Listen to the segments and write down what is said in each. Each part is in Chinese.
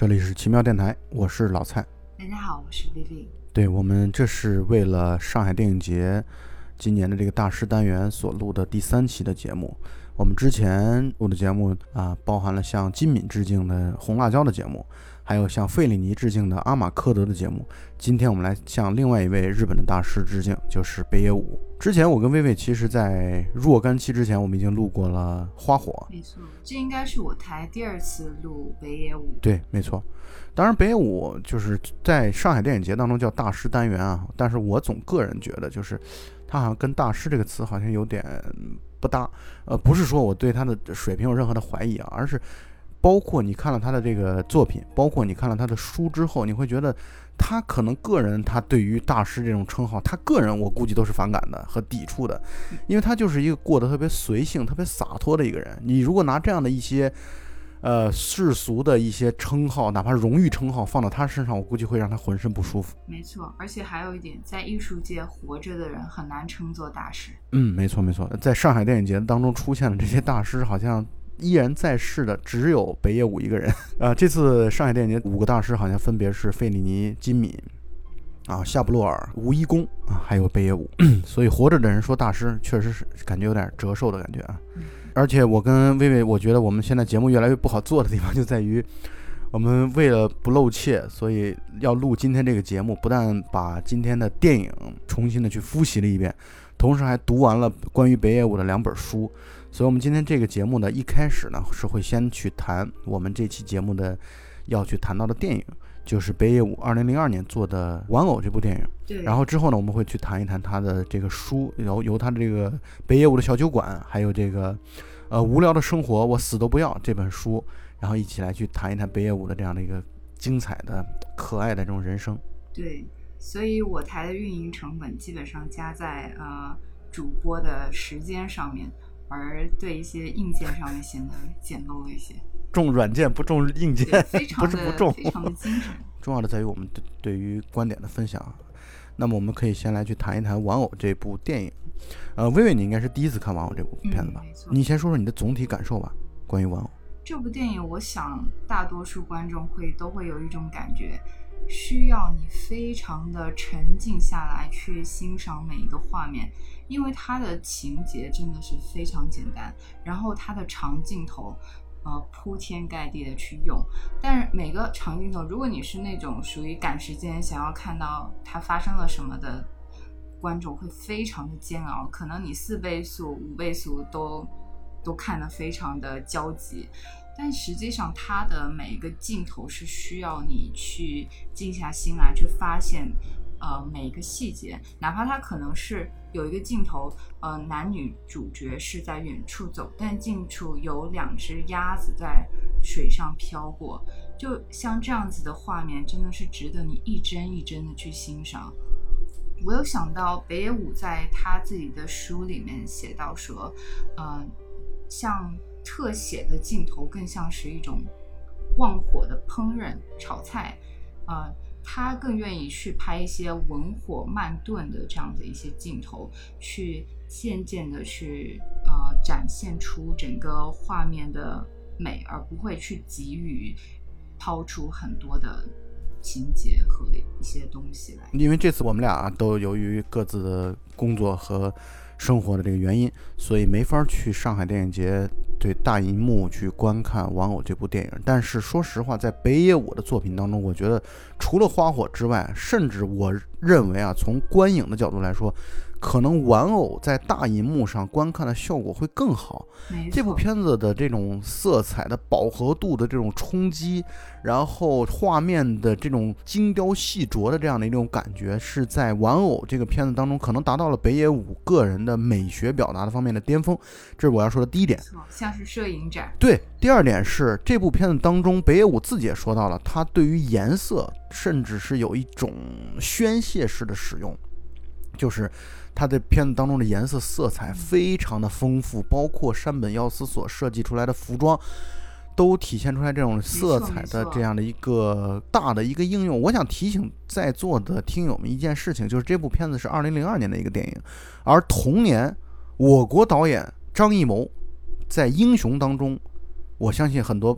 这里是奇妙电台，我是老蔡。 大家好，我是 Vivi。 对，我们这是为了上海电影节今年的这个大师单元所录的第3期的节目。我们之前录的节目包含了向金敏致敬的红辣椒的节目，还有向费里尼致敬的阿马科德的节目。今天我们来向另外一位日本的大师致敬，就是北野武。之前我跟薇薇其实在若干期之前我们已经录过了花火。 没错，这应该是我台第2次录北野武。 对，没错。当然北野武就是在上海电影节当中叫大师单元啊，但是我总个人觉得就是他好像跟大师这个词好像有点不搭。不是说我对他的水平有任何的怀疑啊，而是包括你看了他的这个作品，包括你看了他的书之后，你会觉得他可能个人他对于大师这种称号，他个人我估计都是反感的和抵触的，因为他就是一个过得特别随性特别洒脱的一个人。你如果拿这样的一些世俗的一些称号，哪怕荣誉称号放到他身上，我估计会让他浑身不舒服。 没错，而且还有一点，在艺术界活着的人很难称作大师。 没错没错，在上海电影节当中出现的这些大师，好像依然在世的只有北野武一个人。这次上海电影节5个大师好像分别是费里尼、金敏夏布洛尔、吴一公还有北野武。所以活着的人说大师，确实是感觉有点折寿的感觉啊。而且我跟薇薇，我觉得我们现在节目越来越不好做的地方就在于，我们为了不露怯，所以要录今天这个节目，不但把今天的电影重新的去复习了一遍，同时还读完了关于北野武的2本书。所以我们今天这个节目呢，一开始呢是会先去谈我们这期节目的要去谈到的电影，就是北野武2002年做的《玩偶》这部电影。 对。 然后之后呢，我们会去谈一谈他的这个书，由他的这个北野武的小酒馆，还有这个无聊的生活我死都不要这本书，然后一起来去谈一谈北野武的这样的一个精彩的可爱的这种人生。 对，所以我台的运营成本基本上加在主播的时间上面，而对一些硬件上面显得简陋一些。 重软件不重硬件， 非常的不是不重， 非常的精神。 重要的在于我们对于观点的分享。那么我们可以先来去谈一谈《玩偶》这部电影。薇薇，你应该是第一次看《玩偶》这部片子吧？ 没错。 你先说说你的总体感受吧，关于《玩偶》 这部电影。我想大多数观众都会有一种感觉，需要你非常的沉静下来去欣赏每一个画面，因为它的情节真的是非常简单，然后它的长镜头铺天盖地的去用，但是每个长镜头，如果你是那种属于赶时间想要看到它发生了什么的观众，会非常的煎熬，可能你4倍速5倍速都看得非常的焦急。但实际上它的每一个镜头是需要你去静下心来去发现每一个细节，哪怕它可能是有一个镜头男女主角是在远处走，但近处有2只鸭子在水上飘过，就像这样子的画面真的是值得你一帧一帧的去欣赏。我有想到北野武在他自己的书里面写到说像特写的镜头更像是一种旺火的烹饪炒菜，他更愿意去拍一些文火慢炖的这样的一些镜头，去渐渐的去展现出整个画面的美，而不会去急于抛出很多的情节和一些东西来。因为这次我们俩都由于各自的工作和生活的这个原因，所以没法去上海电影节对大银幕去观看《玩偶》这部电影。但是说实话，在北野武的作品当中，我觉得除了花火之外，甚至我认为从观影的角度来说，可能《玩偶》在大银幕上观看的效果会更好。这部片子的这种色彩的饱和度的这种冲击，然后画面的这种精雕细琢的这样的一种感觉，是在《玩偶》这个片子当中可能达到了北野武个人的美学表达的方面的巅峰。这是我要说的第一点， 像是摄影展。 对，第2点是这部片子当中北野武自己也说到了，他对于颜色甚至是有一种宣泄式的使用，就是他的片子当中的颜色色彩非常的丰富，包括山本耀司所设计出来的服装都体现出来这种色彩的这样的一个大的一个应用。我想提醒在座的听友们一件事情，就是这部片子是2002年的一个电影，而同年我国导演张艺谋在《英雄》当中，我相信很多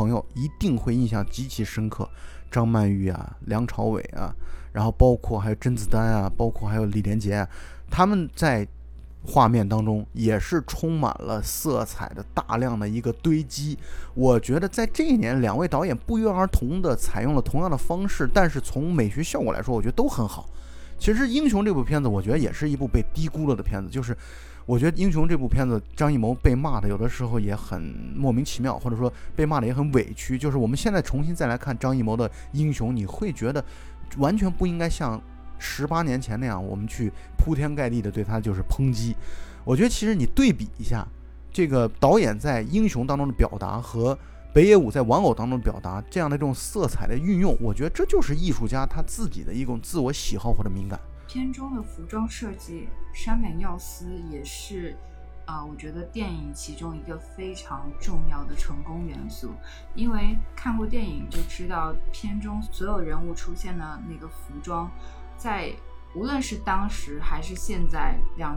朋友一定会印象极其深刻，张曼玉啊、梁朝伟啊，然后包括还有甄子丹啊，包括还有李连杰啊，他们在画面当中也是充满了色彩的大量的一个堆积。我觉得在这一年两位导演不约而同的采用了同样的方式，但是从美学效果来说我觉得都很好。其实英雄这部片子我觉得也是一部被低估了的片子，就是我觉得英雄这部片子张艺谋被骂的有的时候也很莫名其妙，或者说被骂的也很委屈。就是我们现在重新再来看张艺谋的英雄，你会觉得完全不应该像18年前那样我们去铺天盖地的对他就是抨击。我觉得其实你对比一下这个导演在英雄当中的表达和北野武在玩偶当中的表达，这样的这种色彩的运用，我觉得这就是艺术家他自己的一种自我喜好或者敏感。 片中的服装设计山本耀司也是我觉得电影其中一个非常重要的成功元素。因为看过电影就知道片中所有人物出现的那个服装，在无论是当时还是现在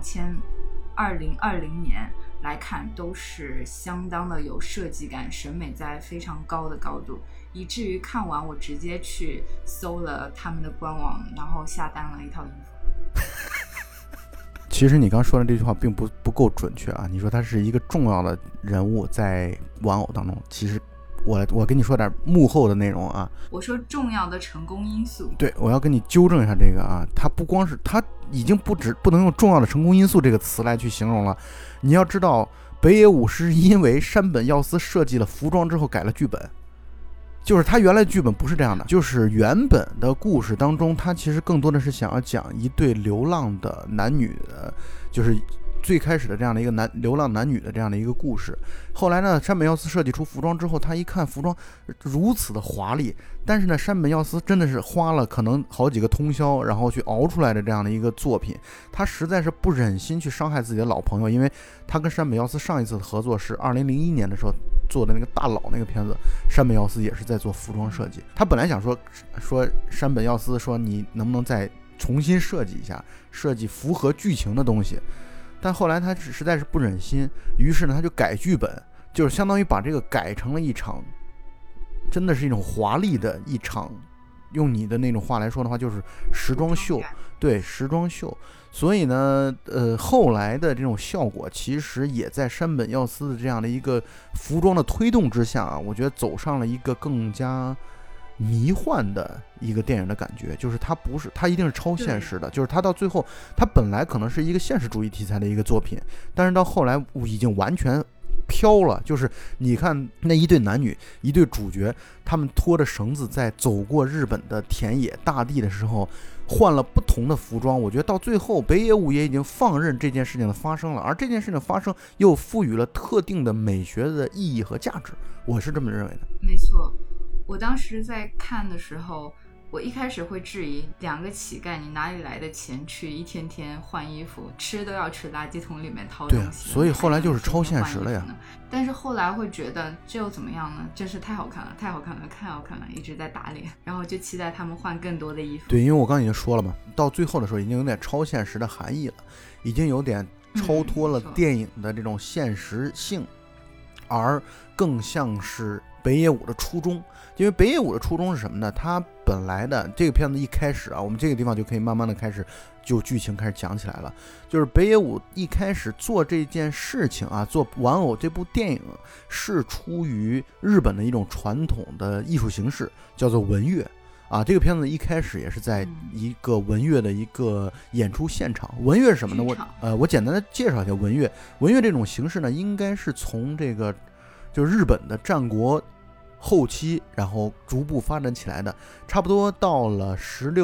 2020年来看都是相当的有设计感，审美在非常高的高度，以至于看完我直接去搜了他们的官网，然后下单了一套衣服。 其实你刚说的这句话并不够准确啊！你说他是一个重要的人物在玩偶当中，其实我跟你说点幕后的内容啊。 我说重要的成功因素， 对，我要跟你纠正一下这个啊，他不光是他已经不能用重要的成功因素这个词来去形容了。你要知道，北野武是因为山本耀司设计了服装之后改了剧本。就是他原来剧本不是这样的，就是原本的故事当中，他其实更多的是想要讲一对流浪的男女的，就是最开始的这样的一个流浪男女的这样的一个故事。后来呢，山本耀司设计出服装之后，他一看服装如此的华丽，但是呢，山本耀司真的是花了可能好几个通宵，然后去熬出来的这样的一个作品。他实在是不忍心去伤害自己的老朋友，因为他跟山本耀司上一次的合作是2001年的时候做的那个大佬那个片子，山本耀司也是在做服装设计。他本来想说山本耀司说你能不能再重新设计一下，设计符合剧情的东西，但后来他实在是不忍心，于是呢他就改剧本，就是相当于把这个改成了一场真的是一种华丽的一场，用你的那种话来说的话就是时装秀。对，时装秀。所以呢后来的这种效果其实也在山本耀司的这样的一个服装的推动之下啊，我觉得走上了一个更加迷幻的一个电影的感觉。就是它一定是超现实的，就是它到最后它本来可能是一个现实主义题材的一个作品，但是到后来已经完全飘了。就是你看那一对男女，一对主角，他们拖着绳子在走过日本的田野大地的时候，换了不同的服装。我觉得到最后北野武也已经放任这件事情的发生了，而这件事情的发生又赋予了特定的美学的意义和价值，我是这么认为的。 没错，我当时在看的时候，我一开始会质疑两个乞丐你哪里来的钱去一天天换衣服，吃都要去垃圾桶里面掏东西。 对，所以后来就是超现实了呀。 但是后来会觉得这又怎么样呢？真是太好看了，太好看了，太好看了，一直在打脸，然后就期待他们换更多的衣服。 对，因为我刚才已经说了嘛，到最后的时候已经有点超现实的含义了，已经有点超脱了电影的这种现实性，而更像是北野武的初衷。因为北野武的初衷是什么呢？他本来的这个片子一开始啊，我们这个地方就可以慢慢的开始就剧情开始讲起来了。就是北野武一开始做这件事情啊，做玩偶这部电影是出于日本的一种传统的艺术形式，叫做文乐啊。这个片子一开始也是在一个文乐的一个演出现场。文乐是什么呢？我简单的介绍一下文乐。文乐这种形式呢，应该是从这个就日本的战国后期，然后逐步发展起来的，差不多到了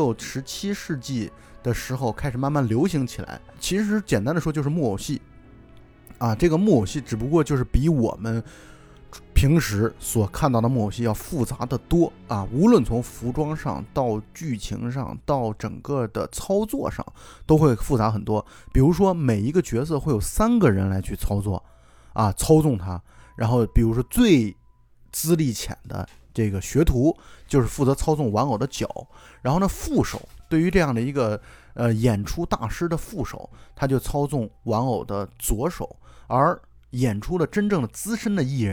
16、17世纪的时候开始慢慢流行起来。其实简单的说就是木偶戏啊，这个木偶戏只不过就是比我们平时所看到的木偶戏要复杂的多啊，无论从服装上到剧情上到整个的操作上都会复杂很多。比如说每一个角色会有3个人来去操作啊，操纵它。然后比如说最资历浅的这个学徒就是负责操纵玩偶的脚，然后呢副手对于这样的一个演出大师的副手，他就操纵玩偶的左手，而演出的真正的资深的艺人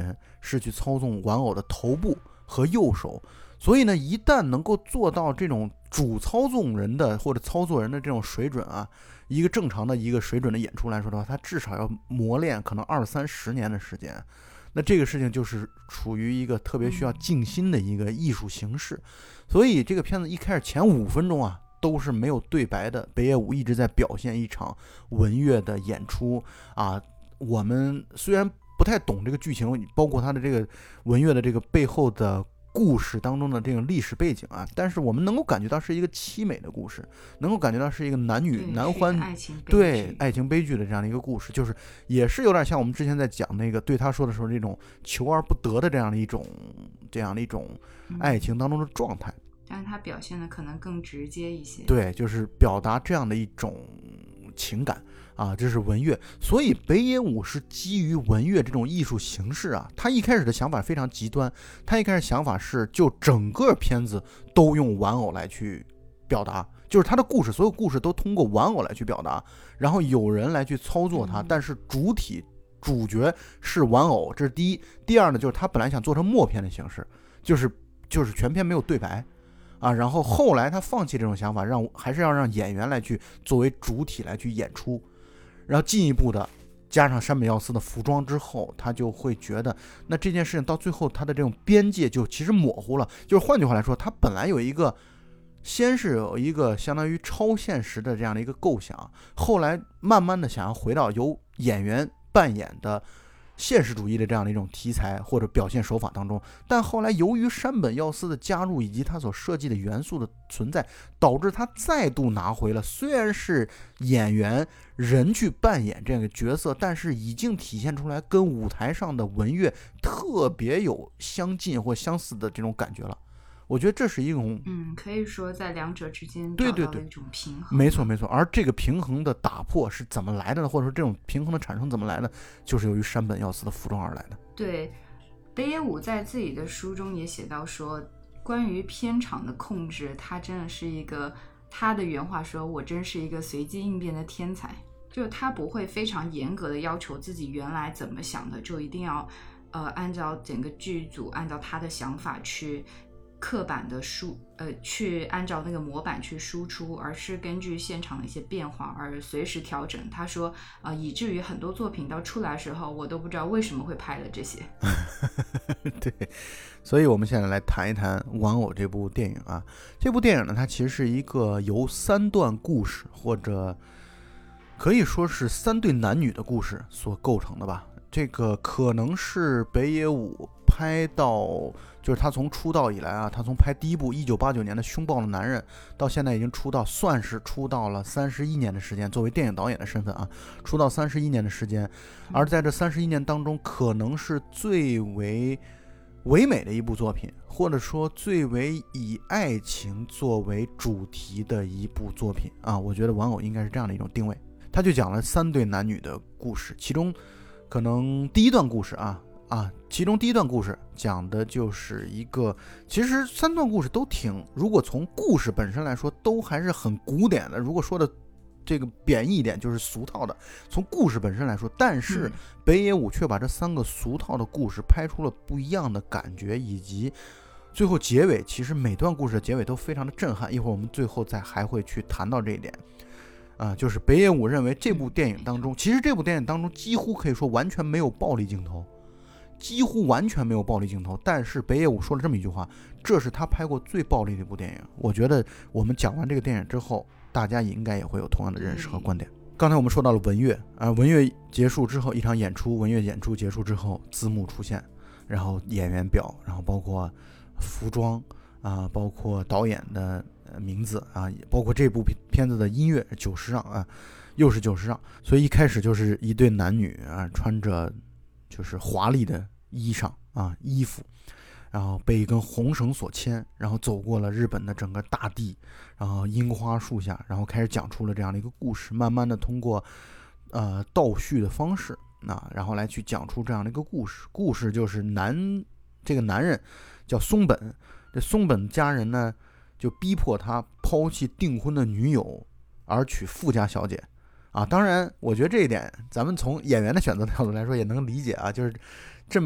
是去操纵玩偶的头部和右手。所以呢，一旦能够做到这种主操纵人的或者操作人的这种水准啊，一个正常的一个水准的演出来说的话，他至少要磨练可能20-30年的时间。那这个事情就是处于一个特别需要静心的一个艺术形式。所以这个片子一开始前5分钟啊都是没有对白的，北野武一直在表现一场文乐的演出啊。我们虽然不太懂这个剧情，包括他的这个文乐的这个背后的故事当中的这个历史背景啊，但是我们能够感觉到是一个凄美的故事，能够感觉到是一个男女男欢对爱情悲剧的这样的一个故事，就是也是有点像我们之前在讲那个对他说的时候这种求而不得的这样的一种爱情当中的状态。 但是他表现的可能更直接一些， 对，就是表达这样的一种情感啊，这是文乐。所以北野武是基于文乐这种艺术形式啊，他一开始的想法非常极端，他一开始想法是就整个片子都用玩偶来去表达，就是他的故事，所有故事都通过玩偶来去表达，然后有人来去操作它，但是主角是玩偶，这是第一。第二呢，就是他本来想做成默片的形式，就是全片没有对白啊，然后后来他放弃这种想法，还是要让演员来去作为主体来去演出，然后进一步的加上山本耀司的服装之后，他就会觉得那这件事情到最后他的这种边界就其实模糊了。就是换句话来说，他本来先是有一个相当于超现实的这样的一个构想，后来慢慢的想要回到由演员扮演的现实主义的这样的一种题材或者表现手法当中，但后来由于山本耀司的加入以及他所设计的元素的存在，导致他再度拿回了虽然是演员人去扮演这个角色，但是已经体现出来跟舞台上的文乐特别有相近或相似的这种感觉了。我觉得这是一种可以说在两者之间找到了一种平衡。 没错没错。而这个平衡的打破是怎么来的呢？或者说这种平衡的产生怎么来的，就是由于山本耀司的服装而来的。 对，北野武在自己的书中也写到说，关于片场的控制，他真的是他的原话说，我真是一个随机应变的天才。就是他不会非常严格的要求自己原来怎么想的就一定要按照整个剧组按照他的想法去刻板的去按照那个模板去输出，而是根据现场的一些变化而随时调整。他说以至于很多作品到出来的时候，我都不知道为什么会拍了这些。 对，所以我们现在来谈一谈《玩偶》这部电影啊。这部电影呢，它其实是一个由3段故事，或者可以说是3对男女的故事所构成的吧。这个可能是北野武拍到，就是他从出道以来啊，他从拍第一部1989年的《凶暴的男人》到现在已经算是出道了31年的时间，作为电影导演的身份啊，出道31年的时间。而在这31年当中，可能是最为唯美的一部作品，或者说最为以爱情作为主题的一部作品啊。我觉得《玩偶》应该是这样的一种定位。他就讲了3对男女的故事，其中可能第一段故事其中第一段故事讲的就是一个，其实3段故事都如果从故事本身来说都还是很古典的，如果说的这个贬义一点就是俗套的，从故事本身来说，但是北野武却把这3个俗套的故事拍出了不一样的感觉，以及最后结尾，其实每段故事的结尾都非常的震撼，一会儿我们最后还会去谈到这一点就是北野武认为这部电影当中，其实这部电影当中几乎可以说完全没有暴力镜头，几乎完全没有暴力镜头，但是北野武说了这么一句话，这是他拍过最暴力的一部电影。我觉得我们讲完这个电影之后，大家应该也会有同样的认识和观点。刚才我们说到了文乐文乐结束之后，一场演出，文乐演出结束之后，字幕出现，然后演员表，然后包括服装包括导演的名字包括这部片子的音乐久石让又是久石让。所以一开始就是一对男女穿着就是华丽的衣服，然后被一根红绳所牵，然后走过了日本的整个大地，然后樱花树下，然后开始讲出了这样的一个故事，慢慢的通过倒叙的方式然后来去讲出这样的一个故事。故事就是这个男人叫松本，这松本家人呢就逼迫他抛弃订婚的女友而娶富家小姐当然我觉得这一点咱们从演员的选择的角度来说也能理解就是这么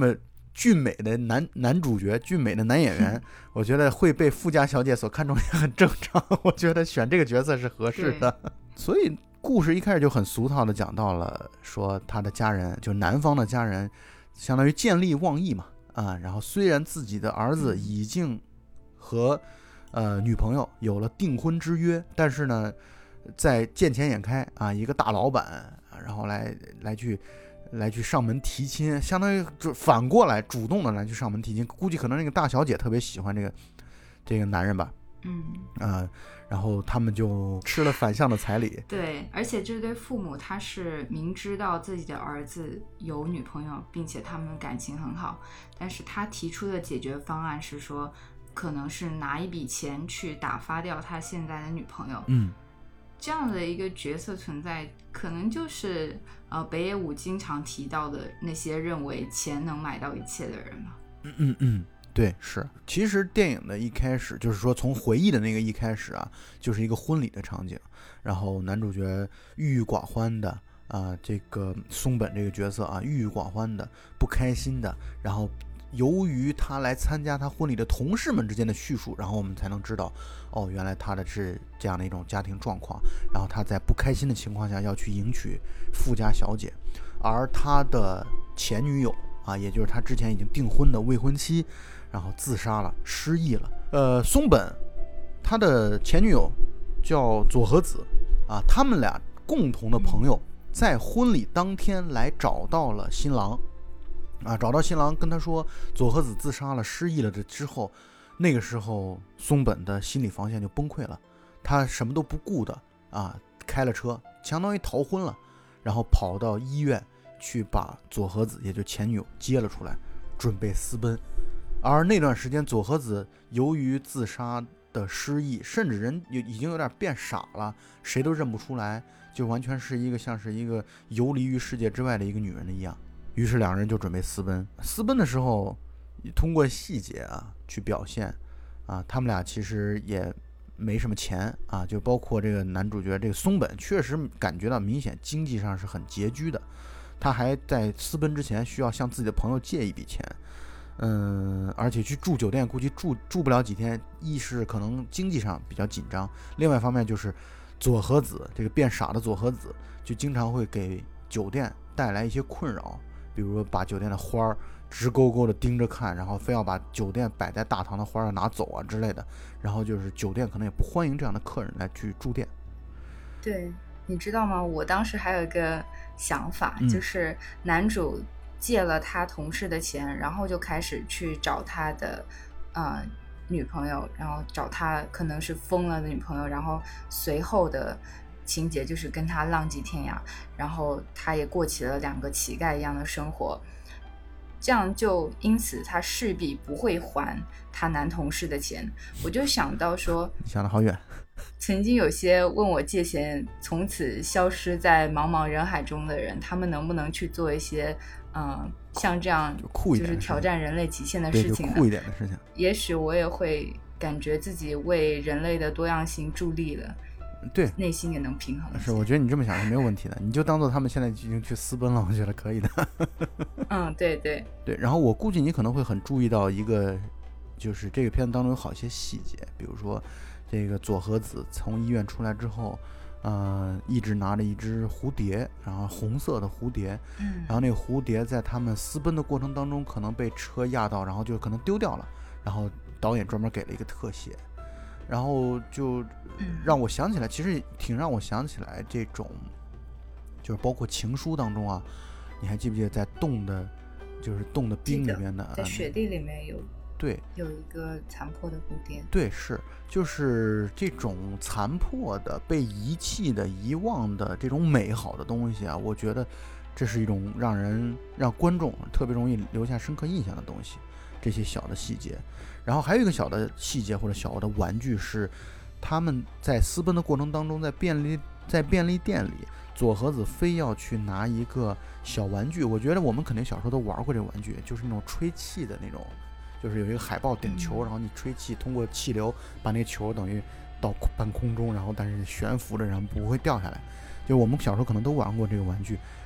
俊美的男主角，俊美的男演员，我觉得会被富家小姐所看中也很正常。我觉得选这个角色是合适的。所以故事一开始就很俗套的讲到了，说他的家人，就男方的家人，相当于见利忘义嘛，然后虽然自己的儿子已经和女朋友有了订婚之约，但是呢，在见钱眼开一个大老板，然后来去上门提亲，相当于就反过来主动的来去上门提亲。估计可能那个大小姐特别喜欢这个男人吧，然后他们就吃了反向的彩礼。 对，而且这对父母他是明知道自己的儿子有女朋友，并且他们感情很好，但是他提出的解决方案是说，可能是拿一笔钱去打发掉他现在的女朋友。这样的一个角色存在，可能就是北野武经常提到的那些认为钱能买到一切的人了。 对，是。其实电影的一开始，就是说从回忆的那个一开始就是一个婚礼的场景，然后男主角郁郁寡欢的这个松本这个角色郁郁寡欢的，不开心的，然后由于他来参加他婚礼的同事们之间的叙述，然后我们才能知道，原来他的是这样的一种家庭状况，然后他在不开心的情况下要去迎娶富家小姐，而他的前女友也就是他之前已经订婚的未婚妻，然后自杀了，失忆了。松本他的前女友叫佐和子他们俩共同的朋友在婚礼当天来找到了新郎找到新郎跟他说佐和子自杀了，失忆了之后，那个时候松本的心理防线就崩溃了，他什么都不顾的开了车，相当于逃婚了，然后跑到医院去把佐和子也就前女友接了出来，准备私奔。而那段时间佐和子由于自杀的失忆，甚至人已经有点变傻了，谁都认不出来，就完全是一个像是一个游离于世界之外的一个女人的一样。于是两人就准备私奔。私奔的时候通过细节去表现他们俩其实也没什么钱就包括这个男主角这个松本，确实感觉到明显经济上是很拮据的，他还在私奔之前需要向自己的朋友借一笔钱，而且去住酒店估计住不了几天，一是可能经济上比较紧张，另外一方面就是佐和子这个变傻的佐和子就经常会给酒店带来一些困扰，比如说把酒店的花直勾勾的盯着看，然后非要把酒店摆在大堂的花拿走之类的，然后就是酒店可能也不欢迎这样的客人来去住店。 对，你知道吗？我当时还有一个想法，就是男主借了他同事的钱，然后就开始去找他的女朋友，然后找他可能是疯了的女朋友，然后随后的情节就是跟他浪迹天涯，然后他也过起了两个乞丐一样的生活，这样就因此他势必不会还他男同事的钱。我就想到说， 你想得好远。 曾经有些问我借钱从此消失在茫茫人海中的人，他们能不能去做一些像这样就是挑战人类极限的事情呢？ 酷一点的事情， 也许我也会感觉自己为人类的多样性助力了， 对， 内心也能平衡一些。 是，我觉得你这么想是没有问题的，你就当做他们现在已经去私奔了，我觉得可以的。 对对对，然后我估计你可能会很注意到一个，就是这个片子当中有好些细节，比如说这个佐和子从医院出来之后，一直拿着一只蝴蝶，然后红色的蝴蝶，然后那个蝴蝶在他们私奔的过程当中可能被车压到，然后就可能丢掉了，然后导演专门给了一个特写，然后就让我想起来，其实挺让我想起来这种，就是包括情书当中你还记不记得在冻的冰里面的， 在雪地里面有一个残破的蝴蝶。对， 是，就是这种残破的、被遗弃的、遗忘的这种美好的东西我觉得这是一种让观众特别容易留下深刻印象的东西。这些小的细节，然后还有一个小的细节或者小的玩具是，他们在私奔的过程当中，在便利店里，佐和子非要去拿一个小玩具。我觉得我们肯定小时候都玩过这个玩具，就是那种吹气的那种。就是有一个海豹顶球，然后你吹气，通过气流把那个球等于到半空中，然后但是悬浮着，然后不会掉下来。就我们小时候可能都玩过这个玩具。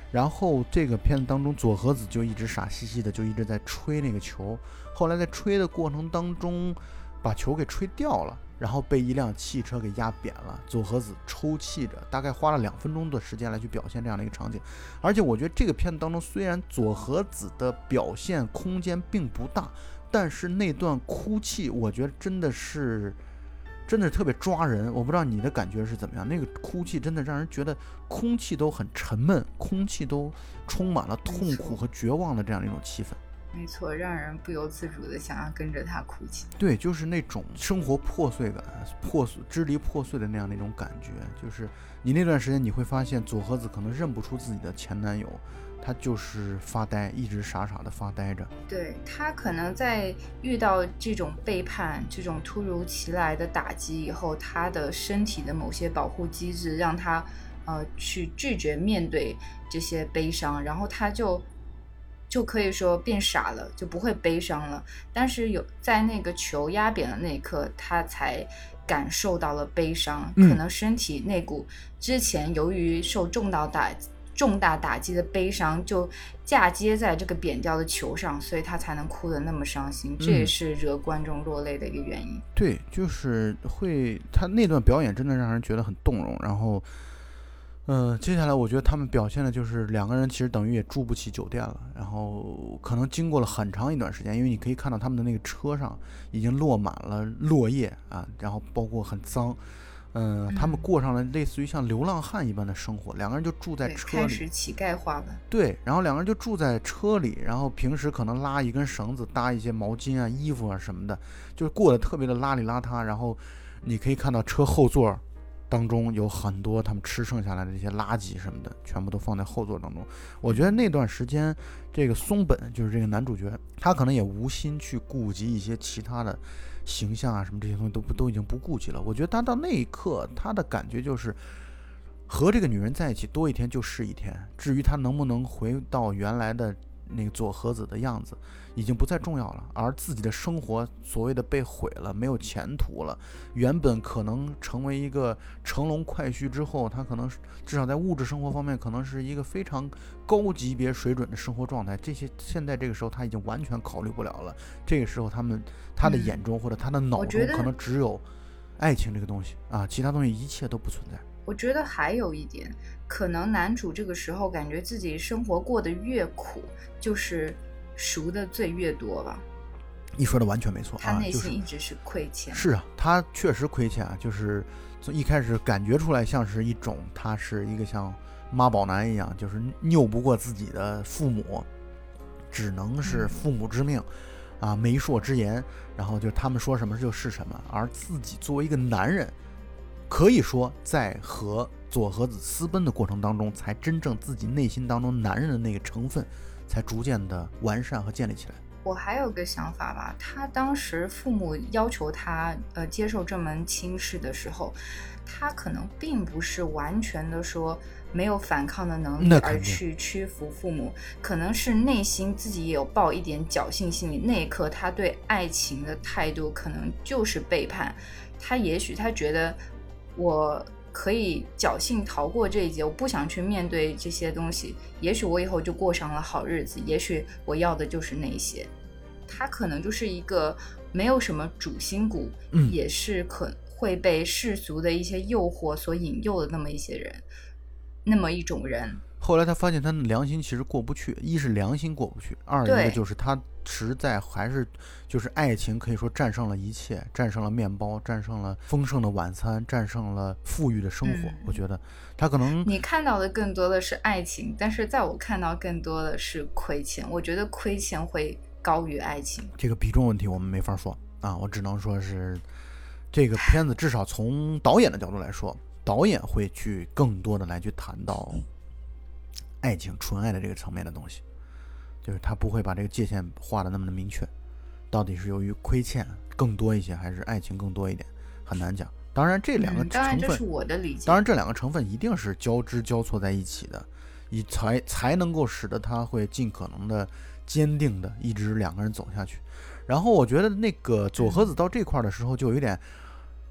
然后这个片子当中，佐和子就一直傻兮兮的，就一直在吹那个球。后来在吹的过程当中，把球给吹掉了，然后被一辆汽车给压扁了。佐和子抽泣着，大概花了2分钟的时间来去表现这样的一个场景。而且我觉得这个片子当中，虽然佐和子的表现空间并不大，但是那段哭泣，我觉得真的是特别抓人。我不知道你的感觉是怎么样，那个哭泣真的让人觉得空气都很沉闷，空气都充满了痛苦和绝望的这样的一种气氛。 没错，让人不由自主的想要跟着他哭泣。 对，就是那种生活破碎感、支离破碎的那样的一种感觉。就是你那段时间你会发现，佐和子可能认不出自己的前男友，他就是发呆，一直傻傻的发呆着。 对，他可能在遇到这种背叛、这种突如其来的打击以后，他的身体的某些保护机制让他去拒绝面对这些悲伤，然后他就可以说变傻了，就不会悲伤了。但是在那个球压扁的那一刻，他才感受到了悲伤。可能身体那股之前由于受重大打击的悲伤就嫁接在这个扁掉的球上，所以他才能哭得那么伤心。这也是惹观众落泪的一个原因。 对，就是他那段表演真的让人觉得很动容。然后接下来我觉得他们表现的就是两个人其实等于也住不起酒店了，然后可能经过了很长一段时间，因为你可以看到他们的那个车上已经落满了落叶啊，然后包括很脏。他们过上了类似于像流浪汉一般的生活，两个人就住在车里， 开始乞丐化了。 对，然后两个人就住在车里，然后平时可能拉一根绳子搭一些毛巾啊、衣服啊什么的，就是过得特别的邋里邋遢。然后你可以看到车后座当中有很多他们吃剩下来的这些垃圾什么的，全部都放在后座当中。我觉得那段时间，这个松本就是这个男主角，他可能也无心去顾及一些其他的形象啊什么这些东西都已经不顾及了。我觉得他到那一刻，他的感觉就是和这个女人在一起多一天就是一天，至于他能不能回到原来的那个佐和子的样子已经不再重要了，而自己的生活所谓的被毁了，没有前途了，原本可能成为一个乘龙快婿之后，他可能至少在物质生活方面可能是一个非常高级别水准的生活状态，这些现在这个时候他已经完全考虑不了了。这个时候他的眼中或者他的脑中可能只有爱情这个东西啊，其他东西一切都不存在。 我觉得还有一点，可能男主这个时候感觉自己生活过得越苦，就是赎的罪越多吧。 你说的完全没错， 他内心一直是亏欠。 是啊，他确实亏欠啊，就是从一开始感觉出来像是一种他是一个像妈宝男一样，就是拗不过自己的父母，只能是父母之命啊，媒妁之言，然后就他们说什么就是什么，而自己作为一个男人，可以说在和佐和子私奔的过程当中，才真正自己内心当中男人的那个成分才逐渐的完善和建立起来。 我还有个想法吧，他当时父母要求他接受这门亲事的时候，他可能并不是完全的说没有反抗的能力而去屈服父母，可能是内心自己也有抱一点侥幸心理。那一刻他对爱情的态度可能就是背叛，也许他觉得我可以侥幸逃过这一劫，我不想去面对这些东西，也许我以后就过上了好日子，也许我要的就是那些。他可能就是一个没有什么主心骨，也是会被世俗的一些诱惑所引诱的那么一种人。 后来他发现他的良心其实过不去，一是良心过不去，二一个就是他实在还是就是爱情可以说战胜了一切，战胜了面包，战胜了丰盛的晚餐，战胜了富裕的生活。我觉得他可能你看到的更多的是爱情，但是在我看到更多的是亏欠。我觉得亏欠会高于爱情， 这个比重问题我们没法说啊，我只能说是这个片子至少从导演的角度来说，导演会去更多的来去谈到爱情纯爱的这个层面的东西，就是他不会把这个界限画的那么的明确，到底是由于亏欠更多一些还是爱情更多一点，很难讲。当然这两个成分， 当然这是我的理解， 当然这两个成分一定是交织交错在一起的，才能够使得他会尽可能的坚定的一直两个人走下去。然后我觉得那个佐和子到这块的时候就有一点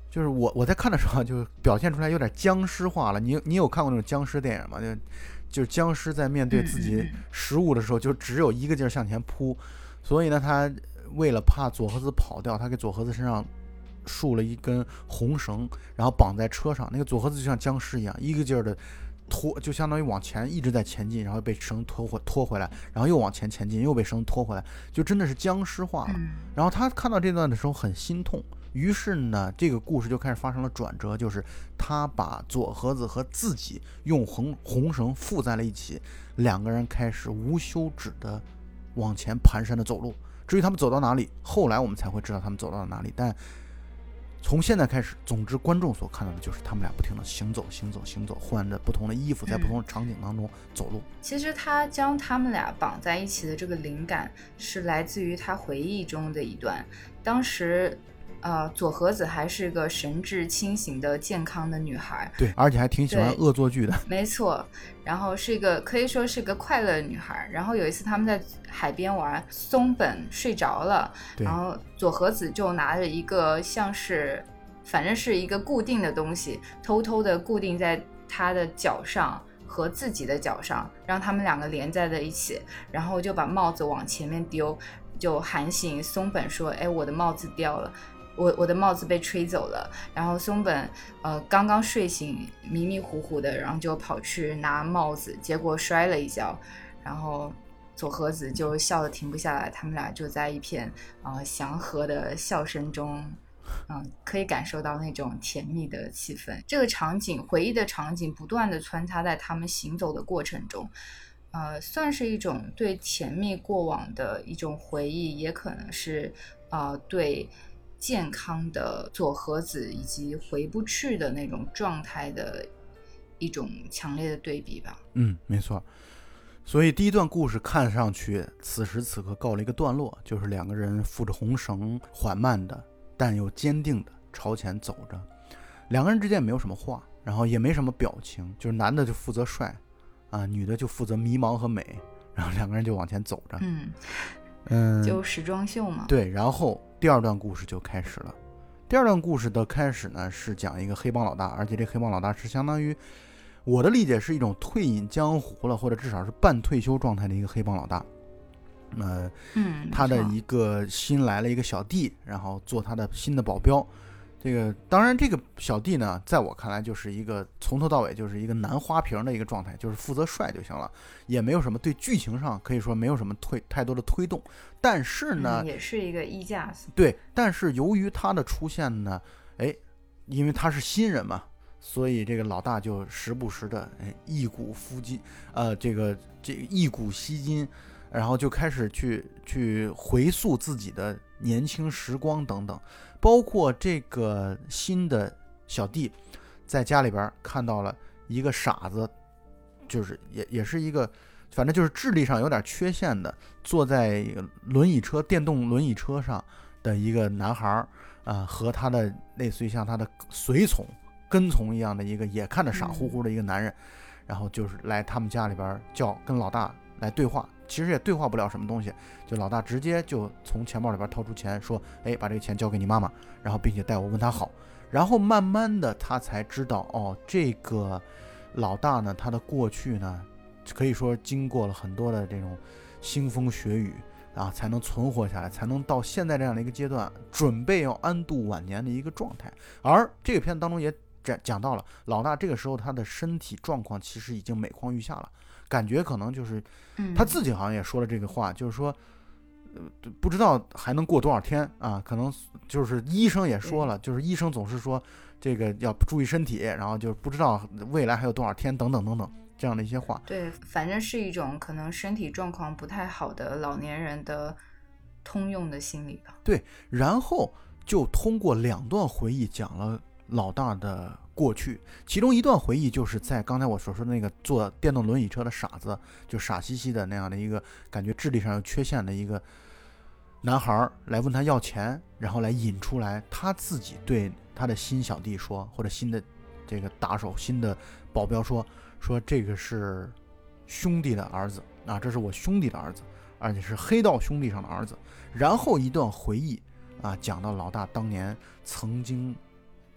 就是我在看的时候就表现出来有点僵尸化了。你有看过那种僵尸电影吗？就是僵尸在面对自己食物的时候，就只有一个劲儿向前扑。所以呢，他为了怕佐和子跑掉，他给佐和子身上束了一根红绳，然后绑在车上。那个佐和子就像僵尸一样，一个劲儿的拖，就相当于往前一直在前进，然后被绳拖回来，然后又往前前进，又被绳拖回来，就真的是僵尸化了。然后他看到这段的时候很心痛。于是呢，这个故事就开始发生了转折，就是他把佐和子和自己用红绳附在了一起，两个人开始无休止的往前蹒跚的走路。至于他们走到哪里，后来我们才会知道他们走到了哪里。但从现在开始，总之观众所看到的就是他们俩不停的行走，换着不同的衣服，在不同的场景当中走路。 其实他将他们俩绑在一起的这个灵感是来自于他回忆中的一段，当时佐和子还是个神志清醒的健康的女孩， 对，而且还挺喜欢恶作剧的， 没错。然后是一个可以说是个快乐的女孩。然后有一次他们在海边玩，松本睡着了，然后佐和子就拿着一个像是反正是一个固定的东西，偷偷的固定在他的脚上和自己的脚上，让他们两个连在了一起，然后就把帽子往前面丢，就喊醒松本说，哎，我的帽子掉了，我的帽子被吹走了。然后松本刚刚睡醒，迷迷糊糊的，然后就跑去拿帽子，结果摔了一跤，然后佐和子就笑得停不下来，他们俩就在一片祥和的笑声中可以感受到那种甜蜜的气氛。这个场景，回忆的场景不断的穿插在他们行走的过程中，算是一种对甜蜜过往的一种回忆，也可能是对健康的佐和子以及回不去的那种状态的一种强烈的对比吧。 没错。所以第一段故事看上去此时此刻告了一个段落，就是两个人负着红绳，缓慢的但又坚定的朝前走着。两个人之间也没有什么话，然后也没什么表情，就是男的就负责帅女的就负责迷茫和美，然后两个人就往前走着。 就时装秀嘛。 对，然后第二段故事就开始了。第二段故事的开始呢，是讲一个黑帮老大，而且这黑帮老大是相当于我的理解是一种退隐江湖了，或者至少是半退休状态的一个黑帮老大。他的一个新来了一个小弟，然后做他的新的保镖。当然这个小弟呢，在我看来就是一个从头到尾就是一个男花瓶的一个状态，就是负责帅就行了，也没有什么对剧情上可以说没有什么太多的推动。但是呢， 也是一个衣架子。 对，但是由于他的出现呢，因为他是新人嘛，所以这个老大就时不时的一股夫金，这个一股吸金，然后就开始去回溯自己的年轻时光等等。包括这个新的小弟在家里边看到了一个傻子，就是也是一个反正就是智力上有点缺陷的，坐在电动轮椅车上的一个男孩和他的类似于像他的随从跟从一样的一个也看着傻乎乎的一个男人，然后就是来他们家里边跟老大来对话。其实也对话不了什么东西，就老大直接就从钱包里边掏出钱说，把这个钱交给你妈妈，然后并且带我问他好。然后慢慢的他才知道，这个老大呢，他的过去呢可以说经过了很多的这种腥风血雨才能存活下来，才能到现在这样的一个阶段，准备要安度晚年的一个状态。而这个片子当中也讲到了老大这个时候他的身体状况其实已经每况愈下了，感觉可能就是他自己好像也说了这个话，就是说不知道还能过多少天可能就是医生也说了，就是医生总是说这个要注意身体，然后就不知道未来还有多少天等等等等这样的一些话。 对，反正是一种可能身体状况不太好的老年人的通用的心理吧。 对，然后就通过两段回忆讲了老大的过去，其中一段回忆就是在刚才我所说的那个坐电动轮椅车的傻子，就傻兮兮的那样的一个感觉智力上有缺陷的一个男孩来问他要钱，然后来引出来他自己对他的新小弟说，或者新的这个打手新的保镖说这个是兄弟的儿子这是我兄弟的儿子，而且是黑道兄弟上的儿子。然后一段回忆讲到老大当年曾经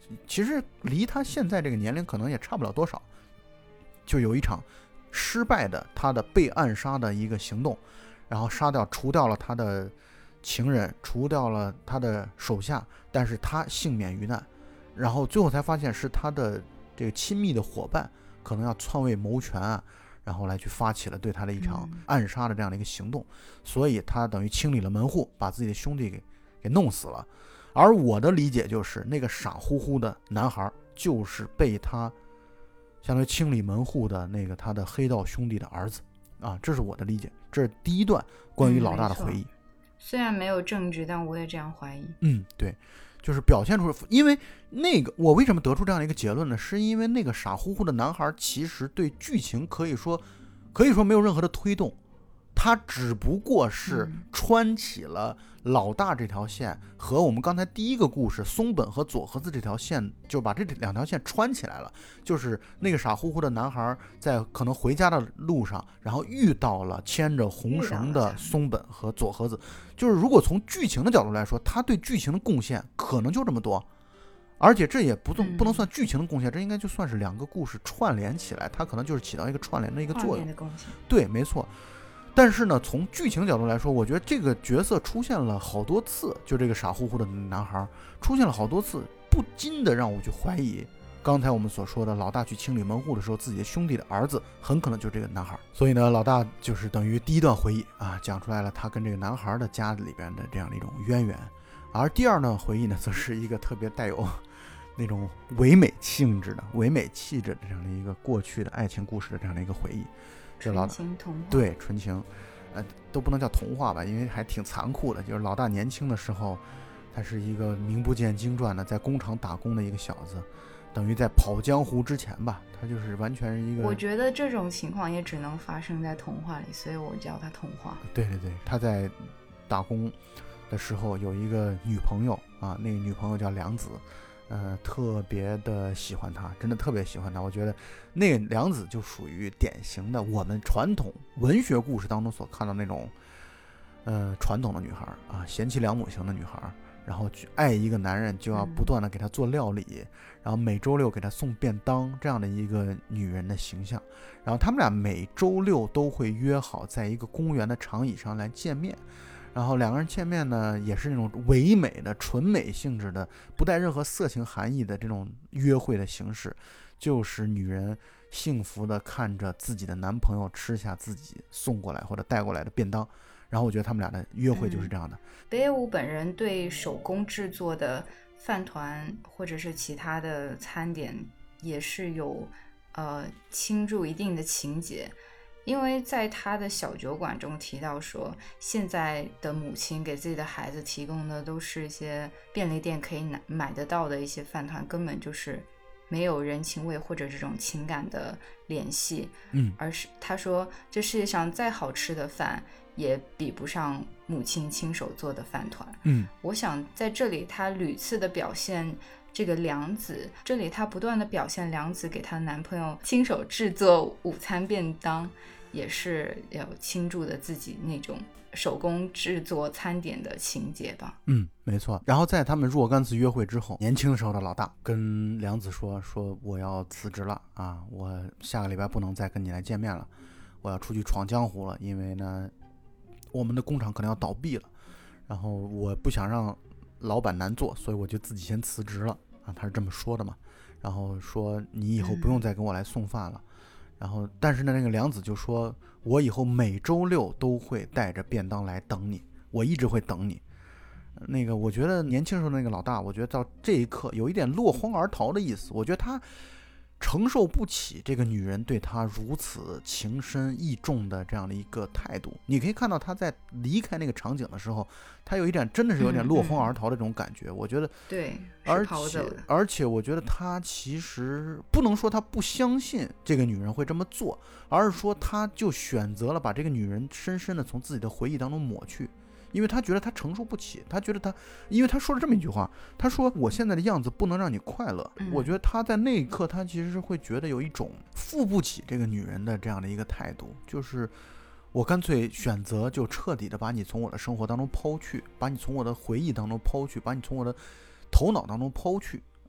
其实离他现在这个年龄可能也差不了多少，就有一场失败的他的被暗杀的一个行动，然后除掉了他的情人，除掉了他的手下，但是他幸免于难，然后最后才发现是他的这个亲密的伙伴可能要篡位谋权啊，然后来去发起了对他的一场暗杀的这样的一个行动，所以他等于清理了门户，把自己的兄弟给弄死了。而我的理解就是那个傻乎乎的男孩就是被他相当于清理门户的那个他的黑道兄弟的儿子啊，这是我的理解，这是第一段关于老大的回忆。 虽然没有证据，但我也这样怀疑。 对，就是表现出，因为那个我为什么得出这样的一个结论呢？是因为那个傻乎乎的男孩其实对剧情可以说没有任何的推动，他只不过是穿起了老大这条线和我们刚才第一个故事松本和佐和子这条线，就把这两条线穿起来了。就是那个傻乎乎的男孩在可能回家的路上，然后遇到了牵着红绳的松本和佐和子。就是如果从剧情的角度来说，他对剧情的贡献可能就这么多，而且这也不能算剧情的贡献，这应该就算是两个故事串联起来，它可能就是起到一个串联的一个作用。对，没错。但是呢，从剧情角度来说，我觉得这个角色出现了好多次，就这个傻乎乎的男孩出现了好多次，不禁的让我去怀疑，刚才我们所说的老大去清理门户的时候，自己的兄弟的儿子很可能就是这个男孩。所以呢，老大就是等于第一段回忆啊，讲出来了他跟这个男孩的家里边的这样的一种渊源。而第二段回忆呢，则是一个特别带有那种唯美性质的、唯美气质的这样的一个过去的爱情故事的这样的一个回忆。这老大纯情童话， 对，纯情，都不能叫童话吧，因为还挺残酷的。就是老大年轻的时候，他是一个名不见经传的，在工厂打工的一个小子，等于在跑江湖之前吧，他就是完全是一个。 我觉得这种情况也只能发生在童话里，所以我叫他童话。 对，他在打工的时候有一个女朋友啊，那个女朋友叫良子。特别的喜欢他，真的特别喜欢他。我觉得那个良子就属于典型的我们传统文学故事当中所看到那种传统的女孩啊，贤妻良母型的女孩，然后爱一个男人就要不断的给他做料理，然后每周六给他送便当，这样的一个女人的形象。然后他们俩每周六都会约好在一个公园的长椅上来见面，然后两个人见面呢，也是那种唯美的纯美性质的，不带任何色情含义的这种约会的形式，就是女人幸福的看着自己的男朋友吃下自己送过来或者带过来的便当。然后我觉得他们俩的约会就是这样的。 北野武本人对手工制作的饭团或者是其他的餐点也是有倾注一定的情节。因为在他的小酒馆中提到说，现在的母亲给自己的孩子提供的都是一些便利店可以买得到的一些饭团，根本就是没有人情味或者这种情感的联系。而是他说这世界上再好吃的饭也比不上母亲亲手做的饭团。我想在这里他屡次的表现这个良子，这里他不断的表现良子给她男朋友亲手制作午餐便当，也是有倾注的自己那种手工制作餐点的情节吧。 没错。然后在他们若干次约会之后，年轻的时候的老大跟良子说我要辞职了啊，我下个礼拜不能再跟你来见面了，我要出去闯江湖了，因为呢我们的工厂可能要倒闭了，然后我不想让老板难做，所以我就自己先辞职了啊，他是这么说的嘛。然后说你以后不用再跟我来送饭了。然后但是呢，那个良子就说我以后每周六都会带着便当来等你，我一直会等你。那个我觉得年轻时候那个老大，我觉得到这一刻有一点落荒而逃的意思。我觉得他承受不起这个女人对他如此情深意重的这样的一个态度。你可以看到他在离开那个场景的时候，他有一点真的是有点落荒而逃的这种感觉。我觉得对， 而且我觉得他其实不能说他不相信这个女人会这么做，而是说他就选择了把这个女人深深的从自己的回忆当中抹去。因为他觉得他承受不起，他觉得因为他说了这么一句话，他说我现在的样子不能让你快乐。我觉得他在那一刻他其实是会觉得有一种负不起这个女人的这样的一个态度，就是我干脆选择就彻底的把你从我的生活当中抛去，把你从我的回忆当中抛去，把你从我的头脑当中抛去啊，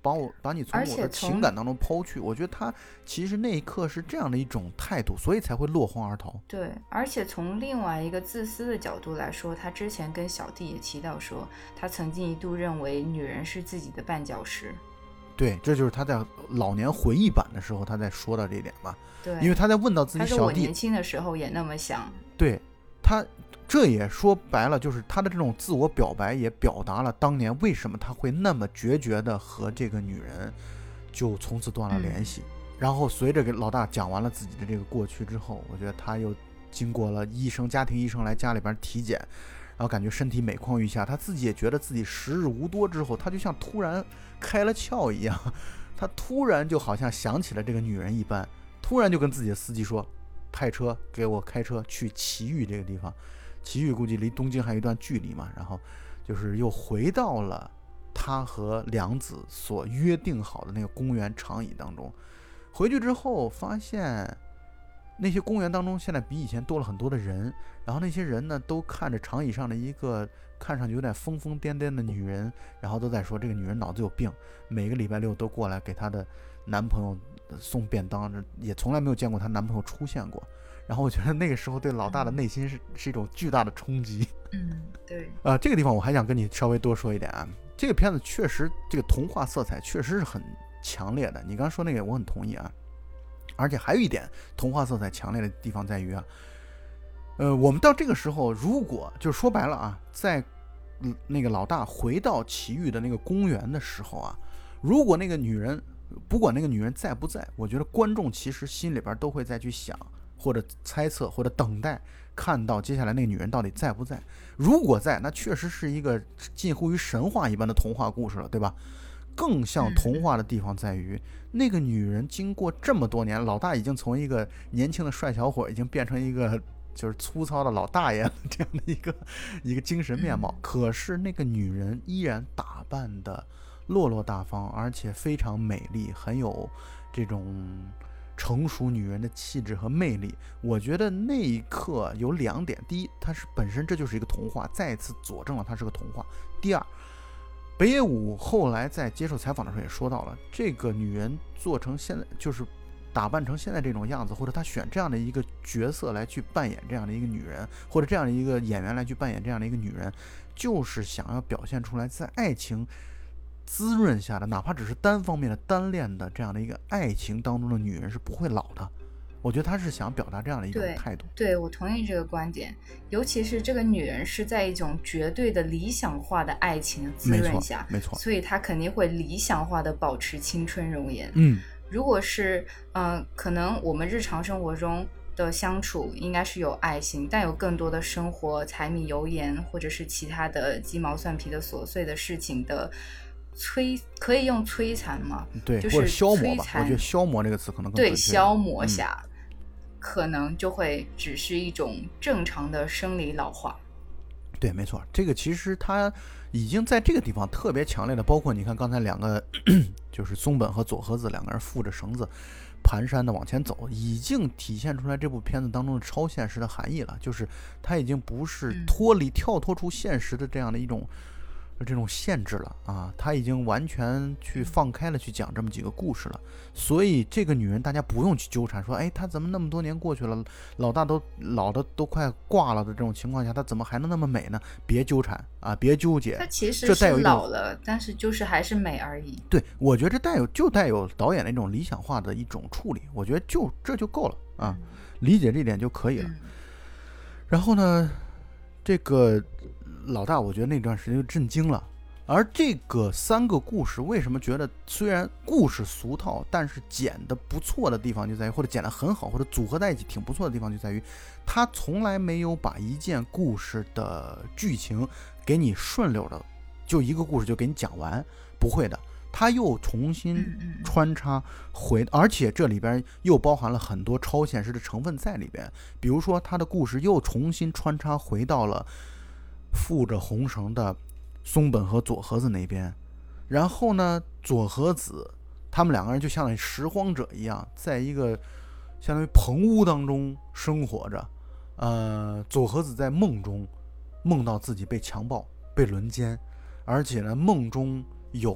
把你从我的情感当中抛去。我觉得他其实那一刻是这样的一种态度，所以才会落荒而逃。 对，而且从另外一个自私的角度来说，他之前跟小弟也提到说，他曾经一度认为女人是自己的绊脚石。 对，这就是他在老年回忆版的时候他在说到这一点嘛。 对， 因为他在问到自己小弟， 他说我年轻的时候也那么想。 对，他这也说白了，就是他的这种自我表白也表达了当年为什么他会那么决绝的和这个女人就从此断了联系。然后随着给老大讲完了自己的这个过去之后，我觉得他又经过了家庭医生来家里边体检，然后感觉身体每况愈下，他自己也觉得自己时日无多之后，他就像突然开了窍一样，他突然就好像想起了这个女人一般，突然就跟自己的司机说，派车给我开车去祁玉这个地方。祁玉估计离东京还有一段距离嘛，然后就是又回到了他和良子所约定好的那个公园长椅当中。回去之后发现那些公园当中现在比以前多了很多的人，然后那些人呢都看着长椅上的一个看上去有点疯疯癫癫的女人，然后都在说这个女人脑子有病，每个礼拜六都过来给她的男朋友送便当，也从来没有见过她男朋友出现过。然后我觉得那个时候对老大的内心是一种巨大的冲击。 对。 这个地方我还想跟你稍微多说一点啊，这个片子确实这个童话色彩确实是很强烈的，你刚刚说那个我很同意啊。而且还有一点童话色彩强烈的地方在于啊，我们到这个时候，如果就是说白了啊，在那个老大回到祁玉的那个公园的时候啊，如果那个女人不管那个女人在不在，我觉得观众其实心里边都会再去想或者猜测或者等待看到接下来那个女人到底在不在。如果在，那确实是一个近乎于神话一般的童话故事了，对吧？更像童话的地方在于，那个女人经过这么多年，老大已经从一个年轻的帅小伙已经变成一个就是粗糙的老大爷了，这样的一个精神面貌。可是那个女人依然打扮的落落大方，而且非常美丽，很有这种成熟女人的气质和魅力。我觉得那一刻有两点：第一，它是本身这就是一个童话，再一次佐证了它是个童话；第二，北野武后来在接受采访的时候也说到了，这个女人做成现在就是打扮成现在这种样子，或者她选这样的一个角色来去扮演这样的一个女人，或者这样的一个演员来去扮演这样的一个女人，就是想要表现出来在爱情滋润下的，哪怕只是单方面的单恋的这样的一个爱情当中的女人是不会老的。我觉得他是想表达这样的一种态度。 对，我同意这个观点。尤其是这个女人是在一种绝对的理想化的爱情的滋润下， 没错， 所以她肯定会理想化的保持青春容颜。如果是可能我们日常生活中的相处应该是有爱心，但有更多的生活柴米油盐或者是其他的鸡毛蒜皮的琐碎的事情的可以用摧残吗？ 对， 就是或者消磨吧。我觉得消磨这个词可能更对，消磨下，可能就会只是一种正常的生理老化。 对，没错，这个其实他已经在这个地方特别强烈的，包括你看刚才两个就是松本和佐和子两个人负着绳子蹒跚的往前走，已经体现出来这部片子当中的超现实的含义了。就是他已经不是跳脱出现实的这样的一种这种限制了啊，他已经完全去放开了去讲这么几个故事了。所以这个女人大家不用去纠缠说，哎，她怎么那么多年过去了，老大都老的都快挂了的这种情况下，她怎么还能那么美呢？别纠缠啊，别纠结。 她其实是老了，但是就是还是美而已。 对，我觉得这带有导演的一种理想化的一种处理，我觉得这就够了啊，理解这点就可以了。然后呢，这个老大我觉得那段时间就震惊了。而这个三个故事为什么觉得虽然故事俗套，但是剪得不错的地方就在于，或者剪得很好，或者组合在一起挺不错的地方就在于，他从来没有把一件故事的剧情给你顺溜的就一个故事就给你讲完，不会的，他又重新穿插回，而且这里边又包含了很多超现实的成分在里边。比如说他的故事又重新穿插回到了负着红绳的松本和佐和子那边，然后呢，佐和子他们两个人就像拾荒者一样，在一个相当于棚屋当中生活着。佐和子在梦中梦到自己被强暴、被轮奸，而且呢，梦中有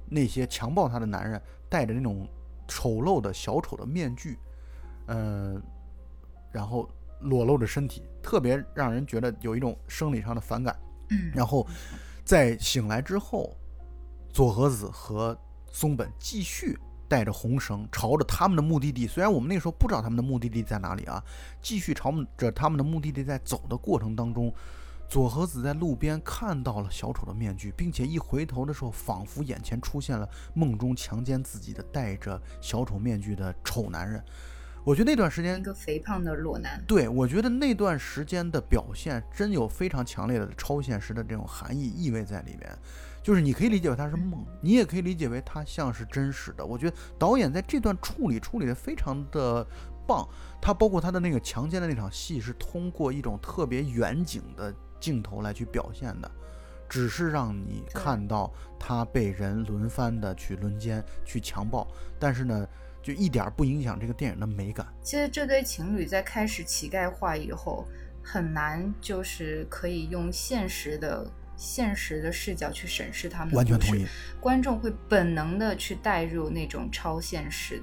那些强暴她的男人戴着那种丑陋的小丑的面具，然后裸露着身体，特别让人觉得有一种生理上的反感。然后在醒来之后，佐和子和松本继续带着红绳朝着他们的目的地，虽然我们那个时候不知道他们的目的地在哪里啊，继续朝着他们的目的地在走的过程当中，佐和子在路边看到了小丑的面具，并且一回头的时候，仿佛眼前出现了梦中强奸自己的戴着小丑面具的丑男人。我觉得那段时间一个肥胖的裸男， 对，我觉得那段时间的表现真有非常强烈的超现实的这种含义意味在里面，就是你可以理解为它是梦，你也可以理解为它像是真实的。我觉得导演在这段处理的非常的棒，他包括他的那个强奸的那场戏是通过一种特别远景的镜头来去表现的，只是让你看到他被人轮番的去轮奸去强暴，但是呢就一点不影响这个电影的美感。 其实这对情侣在开始乞丐化以后，很难就是可以用现实的视角去审视他们的故事。 完全同意， 观众会本能的去带入那种超现实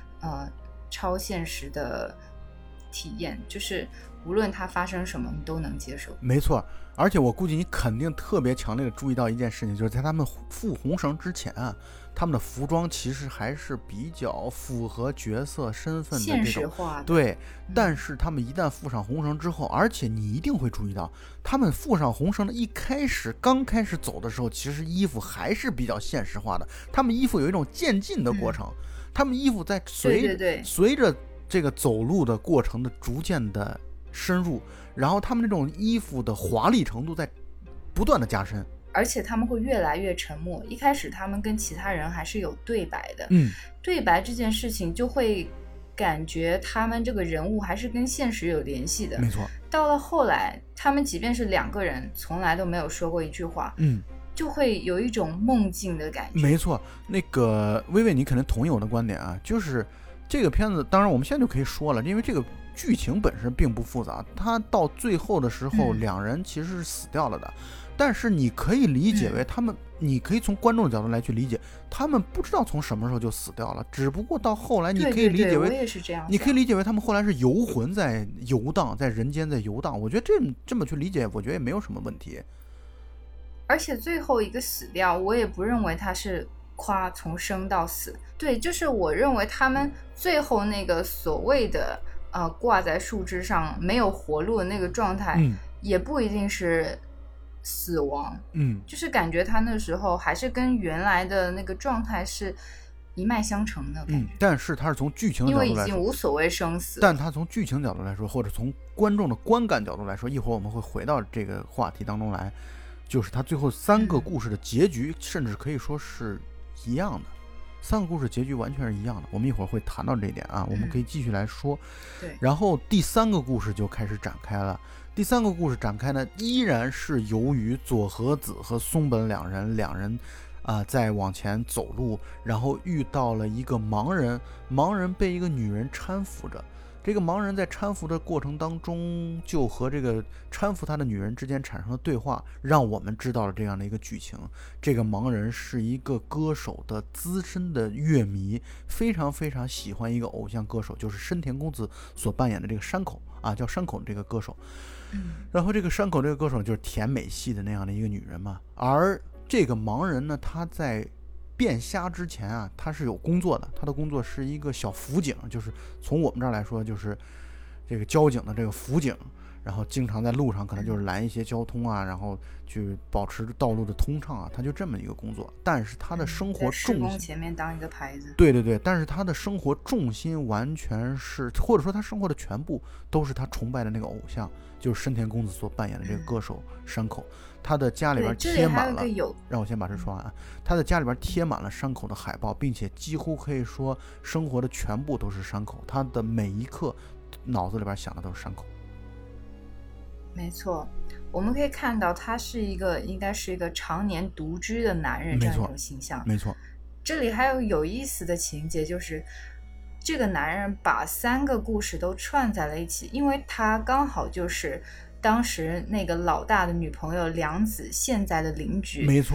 的体验，就是无论它发生什么你都能接受。 没错，而且我估计你肯定特别强烈的注意到一件事情，就是在他们附红绳之前啊，他们的服装其实还是比较符合角色身份的这种现实化的。 对，但是他们一旦附上红绳之后，而且你一定会注意到，他们附上红绳的刚开始走的时候，其实衣服还是比较现实化的，他们衣服有一种渐进的过程，他们衣服在随着这个走路的过程的逐渐的深入，然后他们这种衣服的华丽程度在不断的加深， 而且他们会越来越沉默。一开始他们跟其他人还是有对白的，对白这件事情就会感觉他们这个人物还是跟现实有联系的。 没错， 到了后来，他们即便是两个人，从来都没有说过一句话，就会有一种梦境的感觉。 没错，那个薇薇，你可能同意我的观点啊，就是这个片子，当然我们现在就可以说了，因为这个剧情本身并不复杂，他到最后的时候，两人其实是死掉了的，但是你可以理解为他们，你可以从观众的角度来去理解，他们不知道从什么时候就死掉了，只不过到后来你可以理解为， 我也是这样， 你可以理解为他们后来是游魂在游荡，在人间在游荡，我觉得这么去理解，我觉得也没有什么问题。 而且最后一个死掉，我也不认为他是从生到死，对，就是我认为他们最后那个所谓的挂在树枝上没有活路的那个状态，也不一定是死亡，就是感觉他那时候还是跟原来的那个状态是一脉相承的感觉， 但是他是从剧情的角度来说， 因为已经无所谓生死， 但他从剧情角度来说，或者从观众的观感角度来说，一会儿我们会回到这个话题当中来，就是他最后三个故事的结局，甚至可以说是一样的，三个故事结局完全是一样的，我们一会儿会谈到这一点啊，我们可以继续来说。 对， 然后第三个故事就开始展开了。第三个故事展开呢，依然是由于佐和子和松本两人在往前走路，然后遇到了一个盲人，盲人被一个女人搀扶着。这个盲人在搀扶的过程当中，就和这个搀扶他的女人之间产生了对话，让我们知道了这样的一个剧情。这个盲人是一个歌手的资深的乐迷，非常非常喜欢一个偶像歌手，就是深田恭子所扮演的这个山口啊，叫山口这个歌手。然后这个山口这个歌手就是甜美系的那样的一个女人嘛，而这个盲人呢，他在变瞎之前啊，他是有工作的，他的工作是一个小辅警，就是从我们这儿来说，就是这个交警的这个辅警，然后经常在路上可能就是拦一些交通啊，然后去保持道路的通畅啊，他就这么一个工作。但是他的生活重心前面当一个牌子， 对，但是他的生活重心完全是，或者说他生活的全部都是他崇拜的那个偶像，就是深田恭子所扮演的这个歌手山口。他的家里边贴满了，让我先把这说完啊。他的家里边贴满了山口的海报，并且几乎可以说生活的全部都是山口，他的每一刻脑子里边想的都是山口。 没错，我们可以看到他是应该是一个常年独居的男人这样一种形象。 没错， 这里还有意思的情节，就是这个男人把三个故事都串在了一起，因为他刚好就是当时那个老大的女朋友良子现在的邻居。 没错，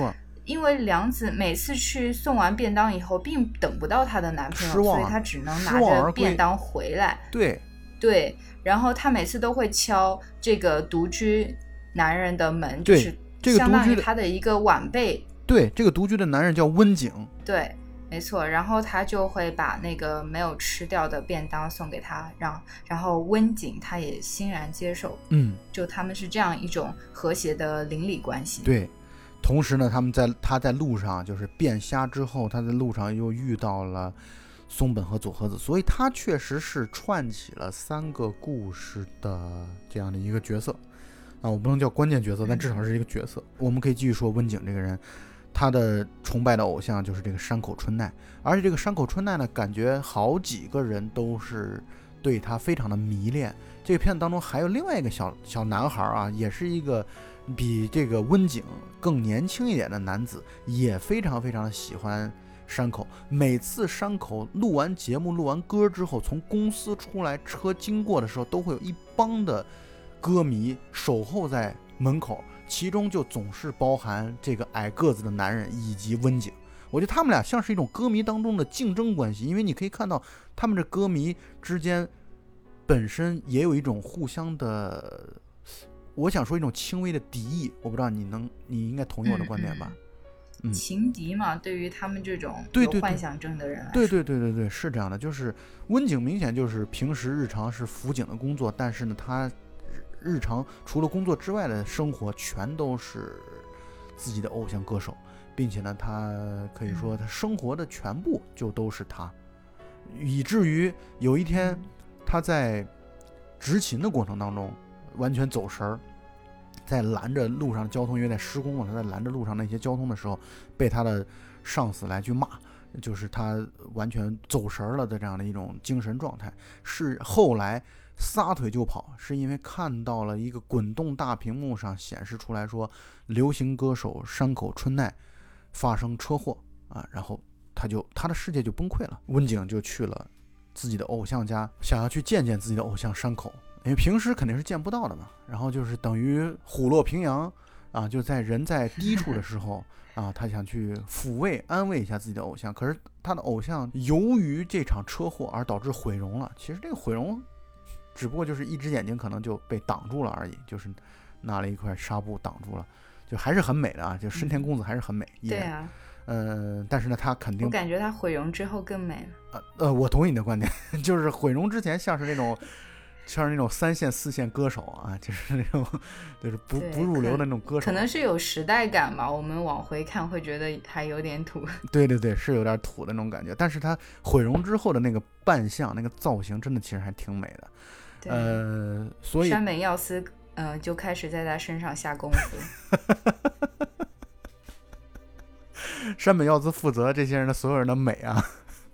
因为梁子每次去送完便当以后，并等不到她的男朋友，所以她只能拿着便当回来。对，然后她每次都会敲这个独居男人的门，就是相当于她的一个晚辈。 对，这个独居的男人叫温景。 对，没错。然后他就会把那个没有吃掉的便当送给他，然后温景他也欣然接受。就他们是这样一种和谐的邻里关系。 对，同时呢，他在路上就是变瞎之后，他在路上又遇到了松本和佐和子，所以他确实是串起了3个故事的这样的一个角色啊，我不能叫关键角色，但至少是一个角色。我们可以继续说温景这个人。他的崇拜的偶像就是这个山口春奈，而且这个山口春奈呢，感觉好几个人都是对他非常的迷恋。这个片子当中还有另外一个小男孩啊，也是一个比这个温景更年轻一点的男子，也非常非常的喜欢山口。每次山口录完节目录完歌之后，从公司出来，车经过的时候，都会有一帮的歌迷守候在门口，其中就总是包含这个矮个子的男人以及温景。我觉得他们俩像是一种歌迷当中的竞争关系，因为你可以看到他们这歌迷之间本身也有一种互相的，我想说一种轻微的敌意。我不知道你应该同意我的观点吧？ 情敌嘛，对于他们这种有幻想症的人来说， 对，是这样的。就是温景明显就是平时日常是辅警的工作，但是呢，他日常除了工作之外的生活全都是自己的偶像歌手，并且呢，他可以说他生活的全部就都是他，以至于有一天他在执勤的过程当中完全走神儿，在拦着路上的交通，因为在施工嘛，他在拦着路上那些交通的时候，被他的上司来去骂，就是他完全走神了的这样的一种精神状态。是后来撒腿就跑，是因为看到了一个滚动大屏幕上显示出来说流行歌手山口春奈发生车祸啊，然后他的世界就崩溃了。温景就去了自己的偶像家，想要去见见自己的偶像山口，因为平时肯定是见不到的嘛。然后就是等于虎落平阳啊，就在人在低处的时候啊，他想去抚慰安慰一下自己的偶像。可是他的偶像由于这场车祸而导致毁容了。其实这个毁容只不过就是一只眼睛可能就被挡住了而已，就是拿了一块纱布挡住了，就还是很美的啊，就深田恭子还是很美。 对啊。 但是呢，他肯定， 我感觉他毁容之后更美了。 我同意你的观点，就是毁容之前像是那种3线4线歌手啊，就是那种就是不入流的那种歌手， 可能是有时代感吧。我们往回看会觉得还有点土。 对，是有点土的那种感觉。但是他毁容之后的那个扮相、那个造型，真的其实还挺美的。所以山本耀司就开始在他身上下功夫。 山本耀司负责这些人的所有人的美啊。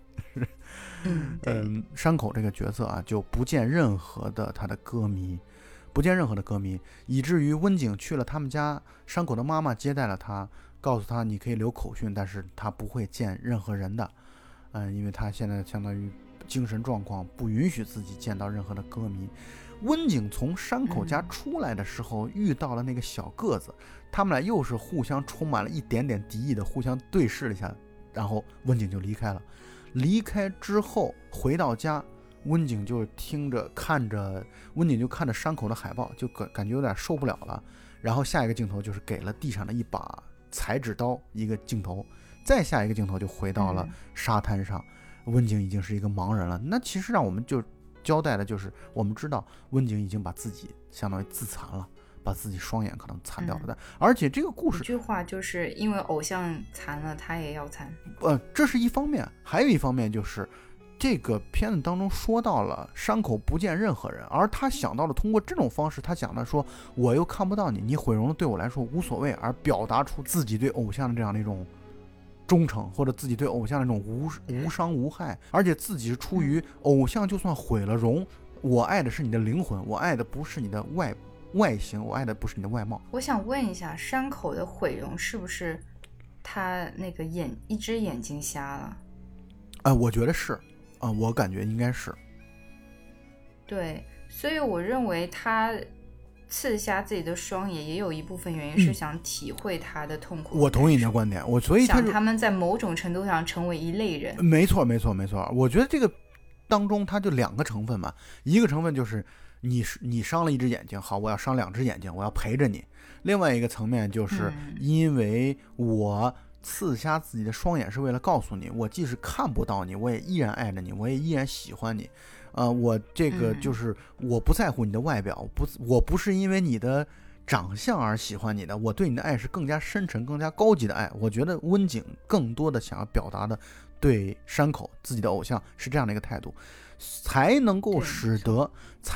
山口这个角色啊，就不见任何的他的歌迷，以至于温景去了他们家，山口的妈妈接待了他，告诉他你可以留口讯，但是他不会见任何人的。因为他现在相当于精神状况不允许自己见到任何的歌迷。温景从山口家出来的时候，遇到了那个小个子，他们俩又是互相充满了一点点敌意的互相对视了一下，然后温景就离开了。离开之后回到家，温景就看着山口的海报，就感觉有点受不了了。然后下一个镜头就是给了地上的一把裁纸刀一个镜头，再下一个镜头就回到了沙滩上，温景已经是一个盲人了。那其实让我们就交代的就是，我们知道温景已经把自己相当于自残了，把自己双眼可能残掉了。而且这个故事一句话就是因为偶像残了，他也要残。 这是一方面，还有一方面就是这个片子当中说到了山口不见任何人，而他想到了通过这种方式，他想的说我又看不到你毁容了对我来说无所谓，而表达出自己对偶像的这样的一种忠诚，或者自己对偶像的那种无伤无害，而且自己是出于偶像就算毁了容，我爱的是你的灵魂，我爱的不是你的外形，我爱的不是你的外貌。 我想问一下，山口的毁容是不是他那个一只眼睛瞎了？ 我觉得是我感觉应该是。 对，所以我认为他刺瞎自己的双眼，也有一部分原因是想体会他的痛苦。 我同意你的观点，所以想他们在某种程度上成为一类人。 没错。我觉得这个当中它就2个成分嘛，一个成分就是你伤了1只眼睛，好，我要伤2只眼睛，我要陪着你。另外一个层面就是因为我刺瞎自己的双眼是为了告诉你，我即使看不到你，我也依然爱着你，我也依然喜欢你。我这个就是我不在乎你的外表，我不是因为你的长相而喜欢你的，我对你的爱是更加深沉、更加高级的爱。我觉得温景更多的想要表达的，对山口自己的偶像是这样的一个态度，才能够使得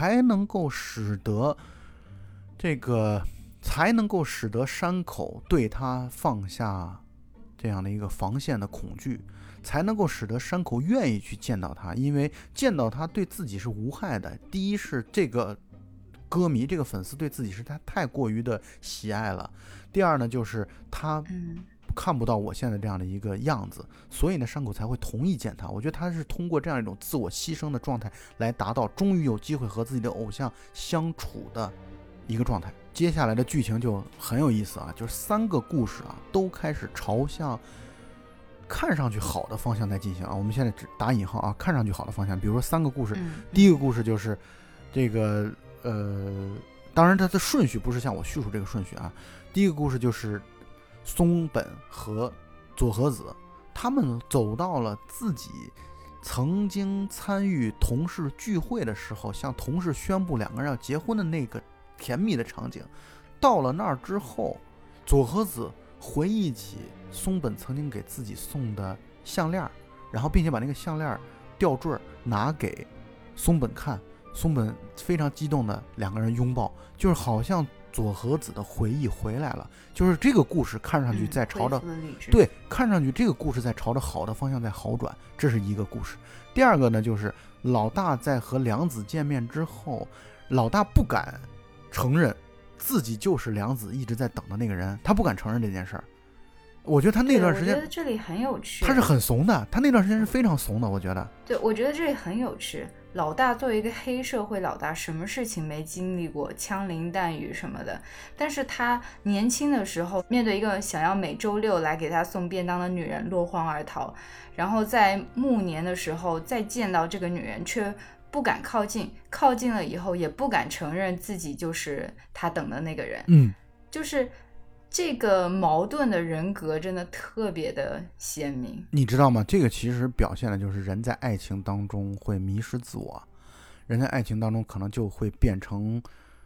山口对他放下这样的一个防线的恐惧，才能够使得山口愿意去见到他，因为见到他对自己是无害的。第一是这个歌迷这个粉丝对自己是太过于的喜爱了，第二呢就是他看不到我现在这样的一个样子，所以呢山口才会同意见他。我觉得他是通过这样一种自我牺牲的状态来达到终于有机会和自己的偶像相处的一个状态。接下来的剧情就很有意思啊，就是3个故事啊都开始朝向看上去好的方向在进行啊。我们现在只打引号啊，看上去好的方向。比如说3个故事，第一个故事就是这个当然它的顺序不是像我叙述这个顺序啊。第一个故事就是松本和佐和子他们走到了自己曾经参与同事聚会的时候，向同事宣布2个人要结婚的那个甜蜜的场景。到了那儿之后，佐和子回忆起松本曾经给自己送的项链，然后并且把那个项链吊坠拿给松本看，松本非常激动的2个人拥抱，就是好像佐和子的回忆回来了，就是这个故事看上去在朝着对，看上去这个故事在朝着好的方向在好转，这是一个故事。第二个呢，就是老大在和良子见面之后，老大不敢承认自己就是良子一直在等的那个人，他不敢承认这件事儿。我觉得他那段时间， 我觉得这里很有趣， 他是很怂的，他那段时间是非常怂的，我觉得。 对，我觉得这里很有趣。老大作为一个黑社会老大，什么事情没经历过，枪林弹雨什么的，但是他年轻的时候面对一个想要每周6来给他送便当的女人落荒而逃，然后在暮年的时候再见到这个女人却不敢靠近，靠近了以后也不敢承认自己就是他等的那个人。就是这个矛盾的人格真的特别的鲜明， 你知道吗？这个其实表现的就是人在爱情当中会迷失自我，人在爱情当中可能就会变成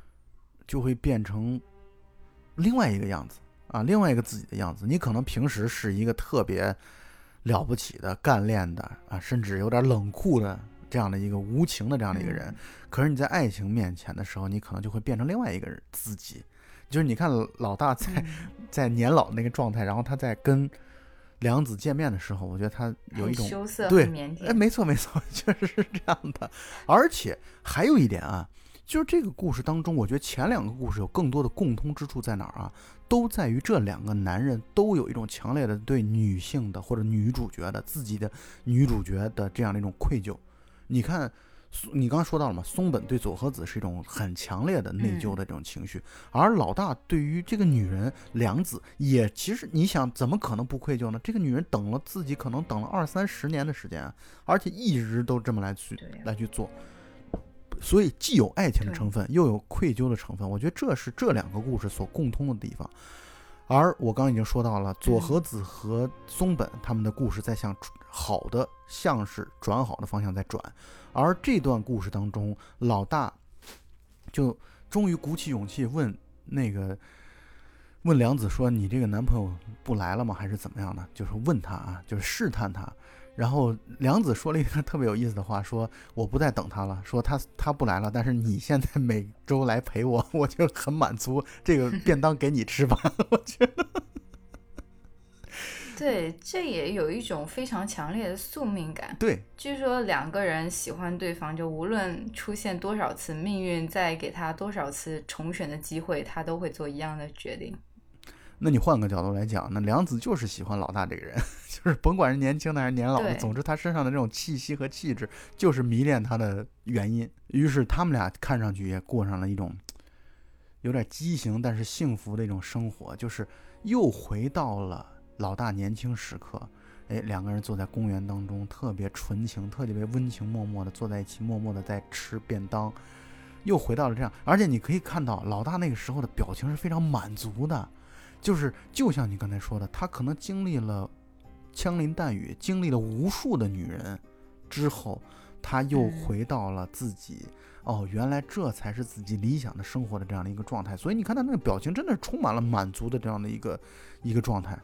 另外一个样子啊，另外一个自己的样子。你可能平时是一个特别了不起的干练的啊，甚至有点冷酷的这样的一个无情的这样的一个人，可是你在爱情面前的时候，你可能就会变成另外一个人自己。就是你看老大在年老的那个状态，然后他在跟良子见面的时候，我觉得他有一种羞涩对， 腼腆。 没错，确实是这样的。而且还有一点啊，就是这个故事当中，我觉得前2个故事有更多的共通之处在哪儿啊？都在于这2个男人都有一种强烈的对女性的或者女主角的自己的女主角的这样的一种愧疚。你看你刚刚说到了嘛，松本对佐和子是一种很强烈的内疚的这种情绪，而老大对于这个女人良子也，其实你想怎么可能不愧疚呢？这个女人等了自己可能等了20-30年的时间，而且一直都这么来去做，所以既有爱情的成分又有愧疚的成分，我觉得这是这2个故事所共通的地方。而我刚刚已经说到了佐和子和松本他们的故事在向好的像是转好的方向在转，而这段故事当中，老大就终于鼓起勇气问良子说，你这个男朋友不来了吗还是怎么样呢？就是问他啊，就是试探他。然后良子说了一个特别有意思的话，说我不再等他了，说他不来了，但是你现在每周来陪我，我就很满足，这个便当给你吃吧。我觉得对，这也有一种非常强烈的宿命感。 对， 据说2个人喜欢对方，就无论出现多少次，命运再给他多少次重选的机会，他都会做一样的决定。 那你换个角度来讲，那良子就是喜欢老大这个人，就是甭管是年轻的还是年老的，总之他身上的这种气息和气质就是迷恋他的原因。于是他们俩看上去也过上了一种有点畸形但是幸福的一种生活，就是又回到了老大年轻时刻。两个人坐在公园当中，特别纯情，特别温情脉脉的坐在一起，默默的在吃便当，又回到了这样。而且你可以看到老大那个时候的表情是非常满足的，就像你刚才说的，他可能经历了枪林弹雨，经历了无数的女人之后，他又回到了自己，原来这才是自己理想的生活的这样的一个状态。所以你看他那个表情真的是充满了满足的这样的一个状态。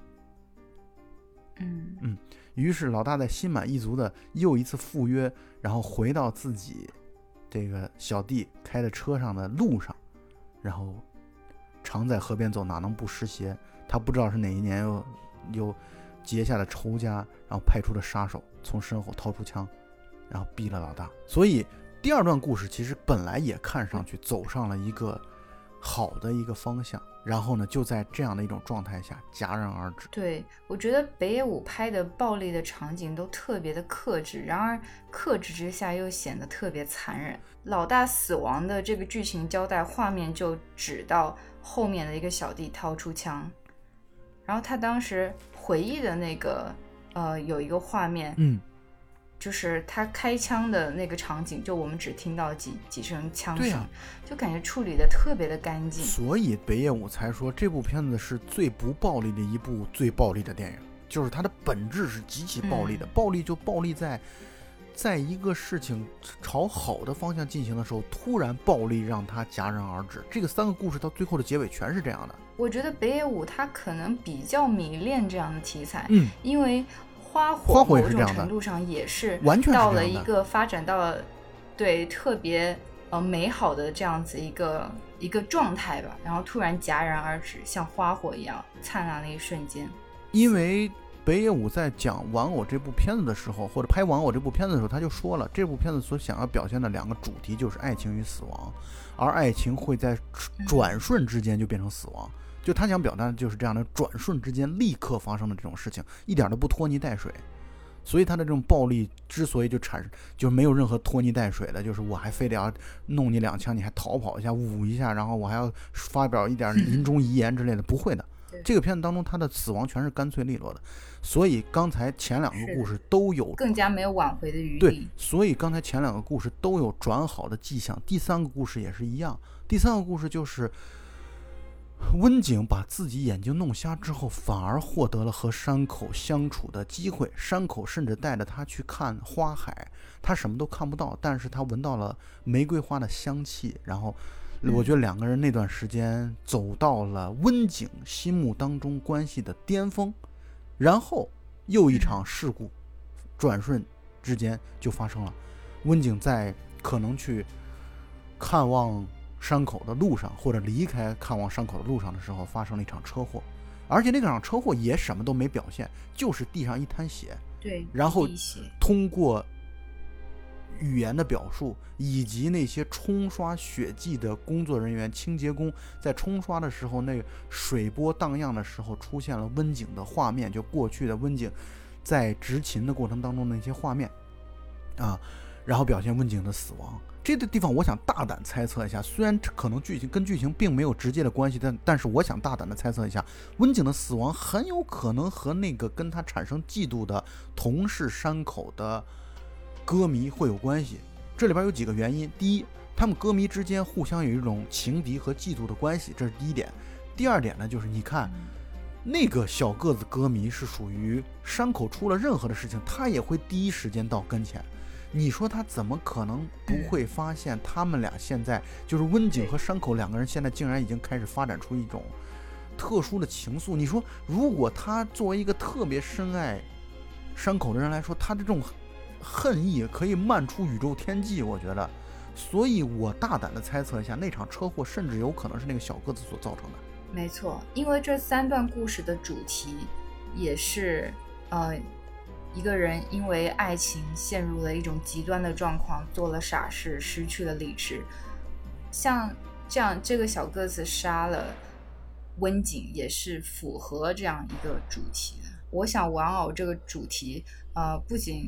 于是老大在心满意足的又一次赴约，然后回到自己这个小弟开的车上的路上，然后常在河边走，哪能不湿鞋？他不知道是哪一年又结下了仇家，然后派出了杀手，从身后掏出枪，然后逼了老大。所以第二段故事其实本来也看上去走上了一个好的一个方向，然后呢就在这样的一种状态下戛然而止。 对，我觉得北野武拍的暴力的场景都特别的克制，然而克制之下又显得特别残忍。老大死亡的这个剧情交代，画面就指到后面的一个小弟掏出枪，然后他当时回忆的那个有一个画面，就是他开枪的那个场景，就我们只听到几声枪声，就感觉处理的特别的干净。 所以北野武才说这部片子是最不暴力的一部最暴力的电影，就是它的本质是极其暴力的。暴力就暴力在一个事情朝好的方向进行的时候，突然暴力让它戛然而止。这个三个故事到最后的结尾全是这样的。 我觉得北野武他可能比较迷恋这样的题材，因为花火某种程度上也是到了一个发展到了对特别美好的这样子一个状态吧，然后突然戛然而止，像花火一样灿烂的一瞬间。 因为北野武在讲玩偶这部片子的时候，或者拍玩偶这部片子的时候，他就说了，这部片子所想要表现的两个主题就是爱情与死亡，而爱情会在转瞬之间就变成死亡。就他想表达的就是这样的转瞬之间立刻发生的这种事情，一点都不拖泥带水。所以他的这种暴力之所以就没有任何拖泥带水的，就是我还非得要弄你两枪，你还逃跑一下捂一下，然后我还要发表一点临终遗言之类的，不会的。这个片子当中他的死亡全是干脆利落的，所以刚才前两个故事都有更加没有挽回的余地。 对，所以刚才前两个故事都有转好的迹象，第三个故事也是一样。第三个故事就是温景把自己眼睛弄瞎之后，反而获得了和山口相处的机会。山口甚至带着他去看花海，他什么都看不到，但是他闻到了玫瑰花的香气，然后我觉得两个人那段时间走到了温景心目当中关系的巅峰，然后又一场事故转瞬之间就发生了。温景在可能去看望山口的路上，或者离开看望山口的路上的时候，发生了一场车祸，而且那场车祸也什么都没表现，就是地上一滩血。 对， 然后通过语言的表述以及那些冲刷血迹的工作人员清洁工在冲刷的时候，那个水波荡漾的时候，出现了温景的画面，就过去的温景在执勤的过程当中的那些画面啊，然后表现温景的死亡。这个地方我想大胆猜测一下，虽然可能跟剧情并没有直接的关系，但是我想大胆的猜测一下，温景的死亡很有可能和那个跟他产生嫉妒的同是山口的歌迷会有关系。这里边有几个原因，第一，他们歌迷之间互相有一种情敌和嫉妒的关系，这是第一点。第二点呢，就是你看那个小个子歌迷是属于山口出了任何的事情，他也会第一时间到跟前。你说他怎么可能不会发现他们俩现在就是温景和山口两个人现在竟然已经开始发展出一种特殊的情愫？你说如果他作为一个特别深爱山口的人来说，他的这种恨意可以漫出宇宙天际，我觉得。所以我大胆的猜测一下，那场车祸甚至有可能是那个小个子所造成的。 没错，因为这三段故事的主题也是一个人因为爱情陷入了一种极端的状况，做了傻事，失去了理智。像这样，这个小个子杀了温景也是符合这样一个主题的。我想玩偶这个主题不仅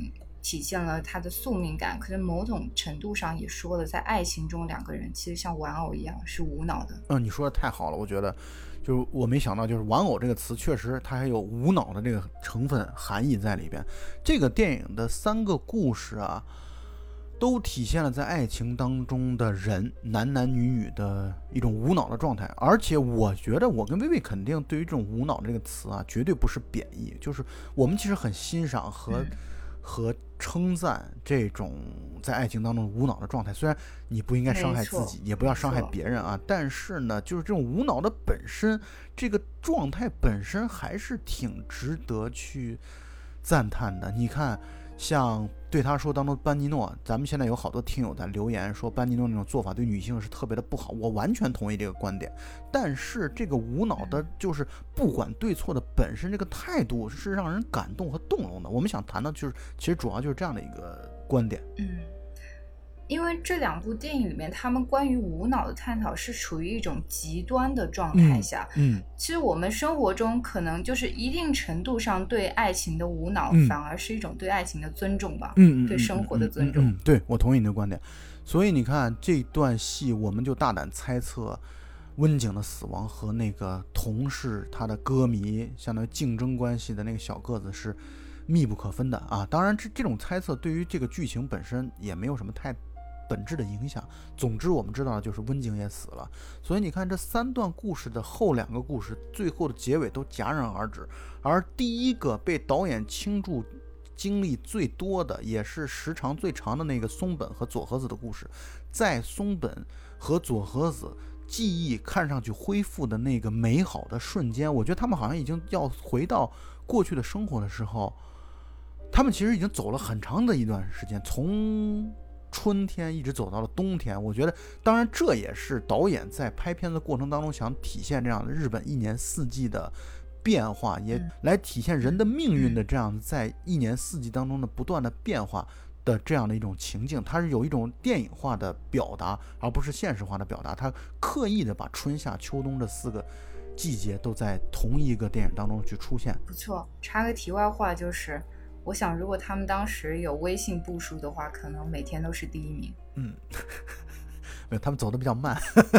体现了他的宿命感，可是某种程度上也说了，在爱情中两个人其实像玩偶一样是无脑的。 你说的太好了，我觉得就是我没想到，就是玩偶这个词确实它还有无脑的这个成分含义在里边。这个电影的3个故事啊，都体现了在爱情当中的人男男女女的一种无脑的状态。而且我觉得我跟薇薇肯定对于这种无脑这个词啊，绝对不是贬义，就是我们其实很欣赏和称赞这种在爱情当中无脑的状态。虽然你不应该伤害自己，也不要伤害别人啊，但是呢，就是这种无脑的本身，这个状态本身还是挺值得去赞叹的。你看，像对他说当中班尼诺，咱们现在有好多听友在留言说班尼诺那种做法对女性是特别的不好，我完全同意这个观点。但是这个无脑的，就是不管对错的本身这个态度是让人感动和动容的。我们想谈的就是，其实主要就是这样的一个观点。 因为这2部电影里面，他们关于无脑的探讨是处于一种极端的状态下。其实我们生活中可能就是一定程度上对爱情的无脑，反而是一种对爱情的尊重吧。对生活的尊重。 对，我同意你的观点。所以你看这段戏，我们就大胆猜测，温景的死亡和那个同事他的歌迷，相当于竞争关系的那个小个子是密不可分的啊。当然这种猜测对于这个剧情本身也没有什么太本质的影响。总之我们知道的就是温景也死了。所以你看这3段故事的后2个故事最后的结尾都戛然而止，而第一个被导演倾注精力最多的，也是时长最长的那个松本和佐和子的故事，在松本和佐和子记忆看上去恢复的那个美好的瞬间，我觉得他们好像已经要回到过去的生活的时候，他们其实已经走了很长的一段时间，从春天一直走到了冬天。我觉得当然这也是导演在拍片的过程当中想体现这样的日本1年4季的变化，也来体现人的命运的这样在1年4季当中的不断的变化的这样的一种情境。它是有一种电影化的表达，而不是现实化的表达。它刻意的把春夏秋冬这4个季节都在同一个电影当中去出现。 不错。插个题外话，就是我想如果他们当时有微信步数的话，可能每天都是第1名。 他们走的比较慢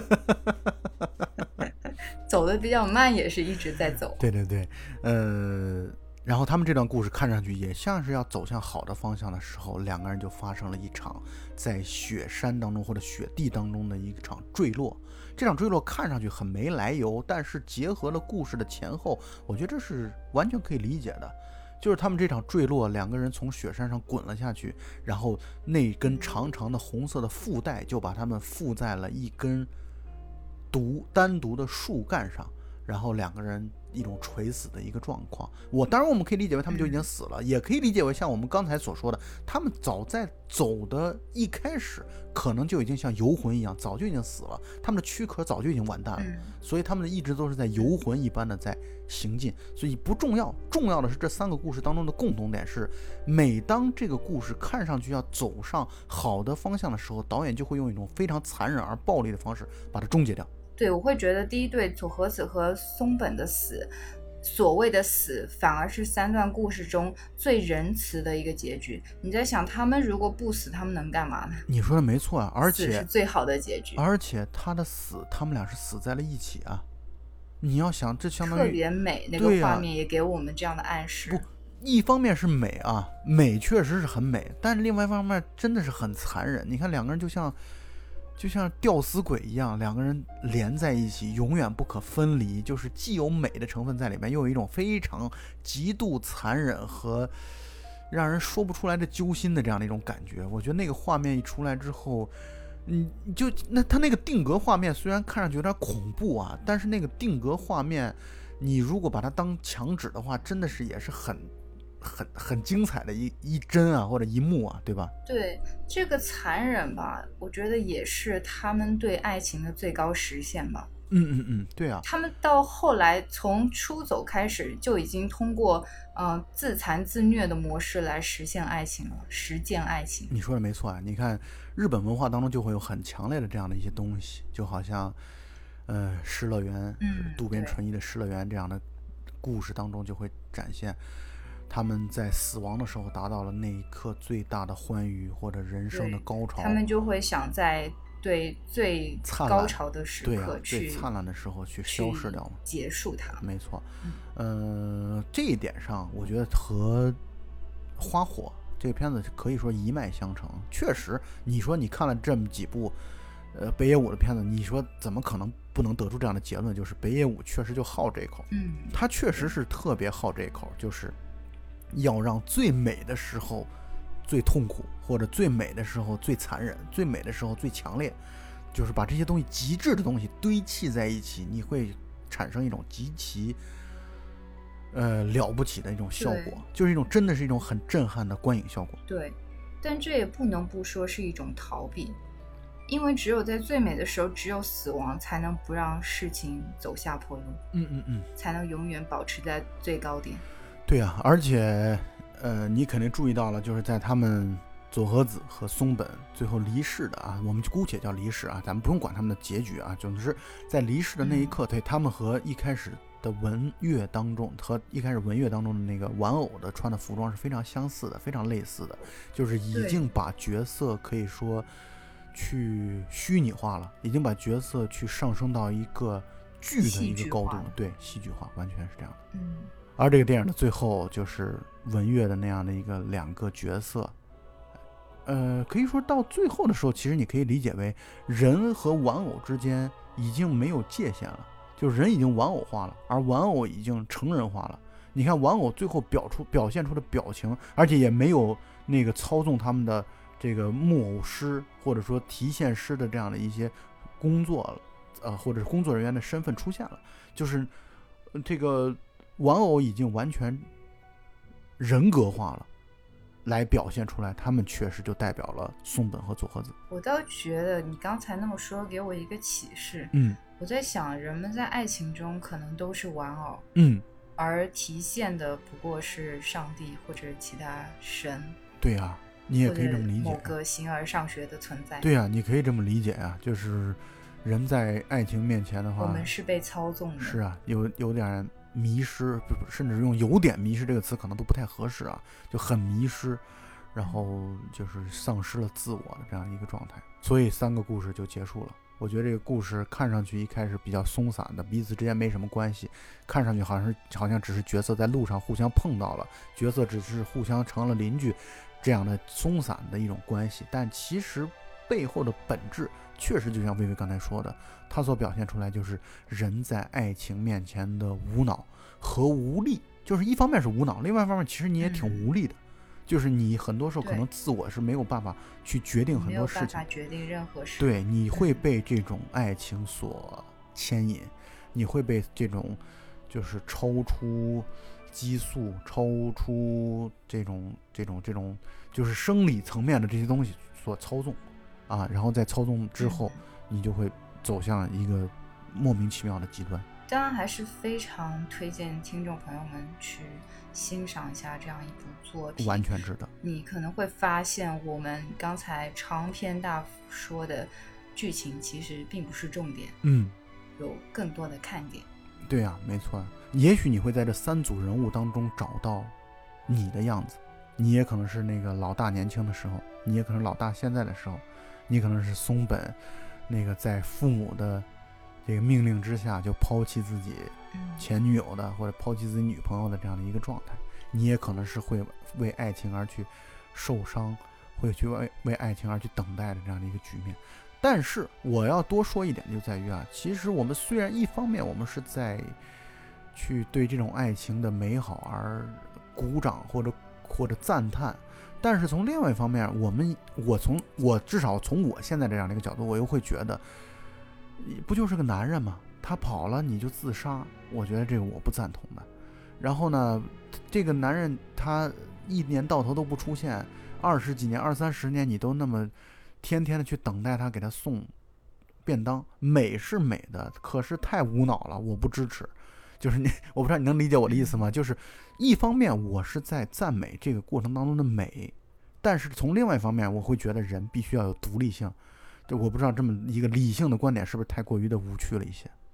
走的比较慢也是一直在走。 对，然后他们这段故事看上去也像是要走向好的方向的时候，两个人就发生了一场在雪山当中或者雪地当中的一场坠落。这场坠落看上去很没来由，但是结合了故事的前后，我觉得这是完全可以理解的。就是他们这场坠落，两个人从雪山上滚了下去，然后那根长长的红色的附带就把他们附在了一根单独的树干上，然后两个人一种垂死的一个状况。当然我们可以理解为他们就已经死了，也可以理解为像我们刚才所说的，他们早在走的一开始可能就已经像游魂一样，早就已经死了，他们的躯壳早就已经完蛋了，所以他们一直都是在游魂一般的在行进。所以不重要，重要的是这三个故事当中的共同点是，每当这个故事看上去要走上好的方向的时候，导演就会用一种非常残忍而暴力的方式把它终结掉。 对，我会觉得第一对佐和子和松本的死，所谓的死反而是三段故事中最仁慈的一个结局。你在想他们如果不死，他们能干嘛呢？ 你说的没错啊，而且死是最好的结局。 而且他的死，他们俩是死在了一起啊。你要想，这相当于特别美，那个画面也给我们这样的暗示。 不，一方面是美啊，美确实是很美，但是另外一方面真的是很残忍。你看两个人就像吊死鬼一样，两个人连在一起，永远不可分离，就是既有美的成分在里面，又有一种非常极度残忍和让人说不出来的揪心的这样的一种感觉。我觉得那个画面一出来之后，他那个定格画面虽然看上去有点恐怖啊，但是那个定格画面，你如果把它当墙纸的话，真的是也是很精彩的一帧啊，或者一幕啊，对吧？ 对，这个残忍吧，我觉得也是他们对爱情的最高实现吧。 对啊。 他们到后来从出走开始就已经通过自残自虐的模式来实现爱情了，实践爱情。 你说的没错啊，你看日本文化当中就会有很强烈的这样的一些东西，就好像失乐园，渡边淳一的失乐园这样的故事当中就会展现他们在死亡的时候达到了那一刻最大的欢愉或者人生的高潮， 他们就会想在对最高潮的时刻去， 最灿烂的时候去消失掉， 结束它。 没错，这一点上我觉得和花火这个片子可以说一脉相承。确实，你说你看了这么几部北野武的片子，你说怎么可能不能得出这样的结论？就是北野武确实就好这一口，他确实是特别好这一口，就是要让最美的时候最痛苦，或者最美的时候最残忍，最美的时候最强烈，就是把这些东西极致的东西堆砌在一起，你会产生一种极其了不起的一种效果，就是一种真的是一种很震撼的观影效果。 对，但这也不能不说是一种逃避，因为只有在最美的时候，只有死亡才能不让事情走下坡路，才能永远保持在最高点。 对啊，而且你肯定注意到了，就是在他们佐和子和松本最后离世的啊，我们姑且叫离世啊，咱们不用管他们的结局啊，就是在离世的那一刻，对他们和一开始的文乐当中的那个玩偶的穿的服装是非常相似的，非常类似的，就是已经把角色可以说去虚拟化了，已经把角色去上升到一个剧的一个高度，对，戏剧化，完全是这样的。而这个电影的最后就是文乐的那样的两个角色，可以说到最后的时候，其实你可以理解为人和玩偶之间已经没有界限了，就是人已经玩偶化了，而玩偶已经成人化了。你看玩偶最后表现出的表情，而且也没有那个操纵他们的这个木偶师或者说提线师的这样的一些工作，或者是工作人员的身份出现了，就是这个玩偶已经完全人格化了，来表现出来他们确实就代表了松本和佐和子。 我倒觉得你刚才那么说给我一个启示，我在想人们在爱情中可能都是玩偶，而提现的不过是上帝或者其他神。 对啊，你也可以这么理解， 某个形而上学的存在。 对啊，你可以这么理解啊，就是人在爱情面前的话， 我们是被操纵的。 是啊，有点迷失，甚至用有点迷失这个词可能都不太合适啊，就很迷失，然后就是丧失了自我的这样一个状态。所以3个故事就结束了。我觉得这个故事看上去一开始比较松散的，彼此之间没什么关系，看上去好像只是角色在路上互相碰到了，角色只是互相成了邻居，这样的松散的一种关系。但其实背后的本质确实就像薇薇刚才说的，他所表现出来就是人在爱情面前的无脑和无力，就是一方面是无脑，另外一方面其实你也挺无力的，就是你很多时候可能自我是没有办法去决定很多事情，没有办法决定任何事， 对，你会被这种爱情所牵引，你会被这种就是超出激素、超出这种就是生理层面的这些东西所操纵啊，然后在操纵之后，你就会走向一个莫名其妙的极端。 当然还是非常推荐听众朋友们去欣赏一下这样一部作品， 完全值得。 你可能会发现我们刚才长篇大说的剧情其实并不是重点，有更多的看点。 对啊，没错，也许你会在这3组人物当中找到你的样子，你也可能是那个老大年轻的时候，你也可能是老大现在的时候，你可能是松本那个在父母的这个命令之下就抛弃自己前女友的，或者抛弃自己女朋友的这样的一个状态，你也可能是会为爱情而去受伤，会去为爱情而去等待的这样的一个局面。但是我要多说一点，就在于啊，其实我们虽然一方面我们是在去对这种爱情的美好而鼓掌或者赞叹，但是从另外一方面，我至少从我现在这样的一个角度，我又会觉得不就是个男人吗？他跑了你就自杀，我觉得这个我不赞同的。然后呢，这个男人他一年到头都不出现，20几年、20-30年你都那么天天的去等待他给他送便当，美是美的，可是太无脑了，我不支持。就是我不知道你能理解我的意思吗？就是一方面我是在赞美这个过程当中的美，但是从另外一方面我会觉得人必须要有独立性。就我不知道这么一个理性的观点是不是太过于的无趣了一些。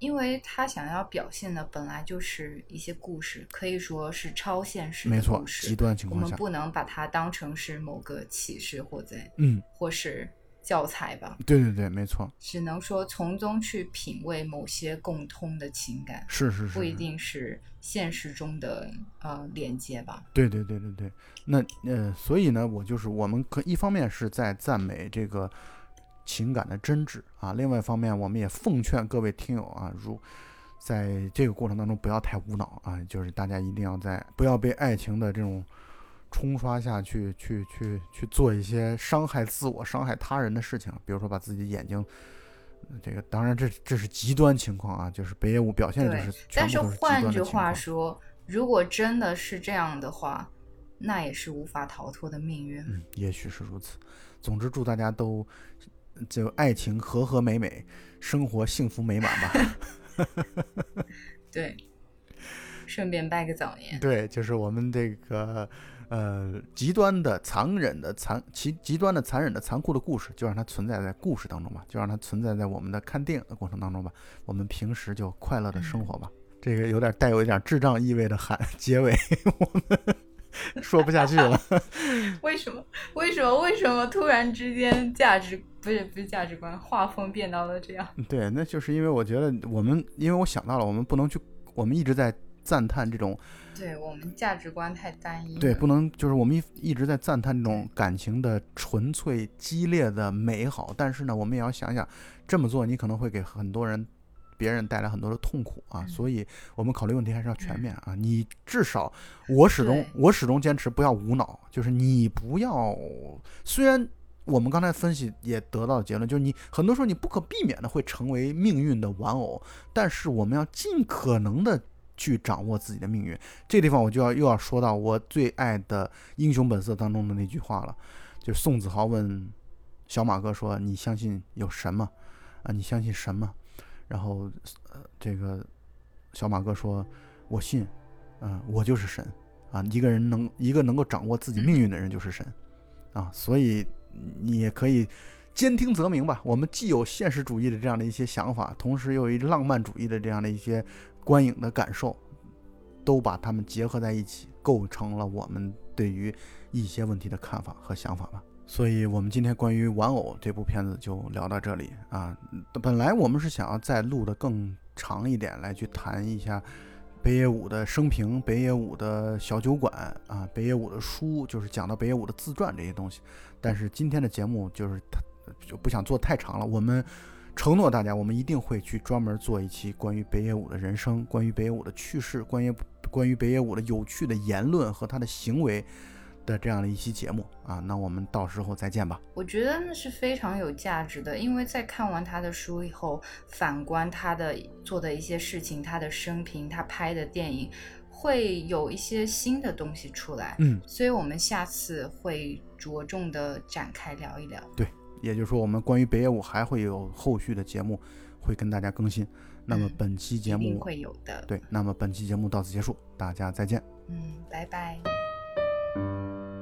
因为他想要表现的本来就是一些故事，可以说是超现实的没错， 故事， 极端情况下我们不能把它当成是某个启示或是教材吧。 对对对，没错， 只能说从中去品味某些共通的情感， 是， 不一定是现实中的连接吧。 对对对对对，那所以呢，我们一方面是在赞美这个情感的真挚啊，另外一方面我们也奉劝各位听友啊，在这个过程当中不要太无脑啊，就是大家一定要不要被爱情的这种冲刷下去做一些伤害自我伤害他人的事情，比如说把自己的眼睛这个，当然这是极端情况啊，就是北野武表现的就是全部都是极端的情况。 但是换句话说，如果真的是这样的话，那也是无法逃脱的命运。 也许是如此。总之祝大家都就爱情和和美美，生活幸福美满吧。 对，顺便拜个早年。 对，就是我们这个极端的残忍的残酷的故事，就让它存在在故事当中吧，就让它存在在我们的看电影的过程当中吧。我们平时就快乐的生活吧。这个带有一点智障意味的结尾，我们说不下去了。 为什么突然之间不是价值观，画风变到了这样？ 对，那就是因为我觉得因为我想到了，我们一直在赞叹这种， 对，我们价值观太单一了。 对，不能就是我们一直在赞叹这种感情的纯粹、激烈的美好，但是呢，我们也要想想，这么做你可能会给别人带来很多的痛苦啊，所以我们考虑问题还是要全面啊。你至少我始终坚持不要无脑，就是你不要，虽然我们刚才分析也得到的结论就是你很多时候你不可避免的会成为命运的玩偶，但是我们要尽可能的去掌握自己的命运。这个地方我又要说到我最爱的《英雄本色》当中的那句话了，就是宋子豪问小马哥说：“你相信有神吗？啊，你相信神吗？”然后这个小马哥说：“我信，我就是神啊！一个能够掌握自己命运的人就是神啊！所以你也可以兼听则明吧。我们既有现实主义的这样的一些想法，同时又有一浪漫主义的这样的一些观影的感受，都把它们结合在一起，构成了我们对于一些问题的看法和想法吧。”所以我们今天关于玩偶这部片子就聊到这里啊。本来我们是想要再录的更长一点，来去谈一下北野武的生平、北野武的小酒馆啊、北野武的书，就是讲到北野武的自传这些东西。但是今天的节目就不想做太长了，我们承诺大家，我们一定会去专门做一期关于北野武的人生、关于北野武的趣事、关于北野武的有趣的言论和他的行为的这样的一期节目啊，那我们到时候再见吧。 我觉得那是非常有价值的，因为在看完他的书以后，反观他的做的一些事情，他的生平，他拍的电影，会有一些新的东西出来。所以我们下次会着重的展开聊一聊。 对，也就是说我们关于北野武还会有后续的节目会跟大家更新。那么本期节目一定会有的。 对，那么本期节目到此结束，大家再见。 拜拜。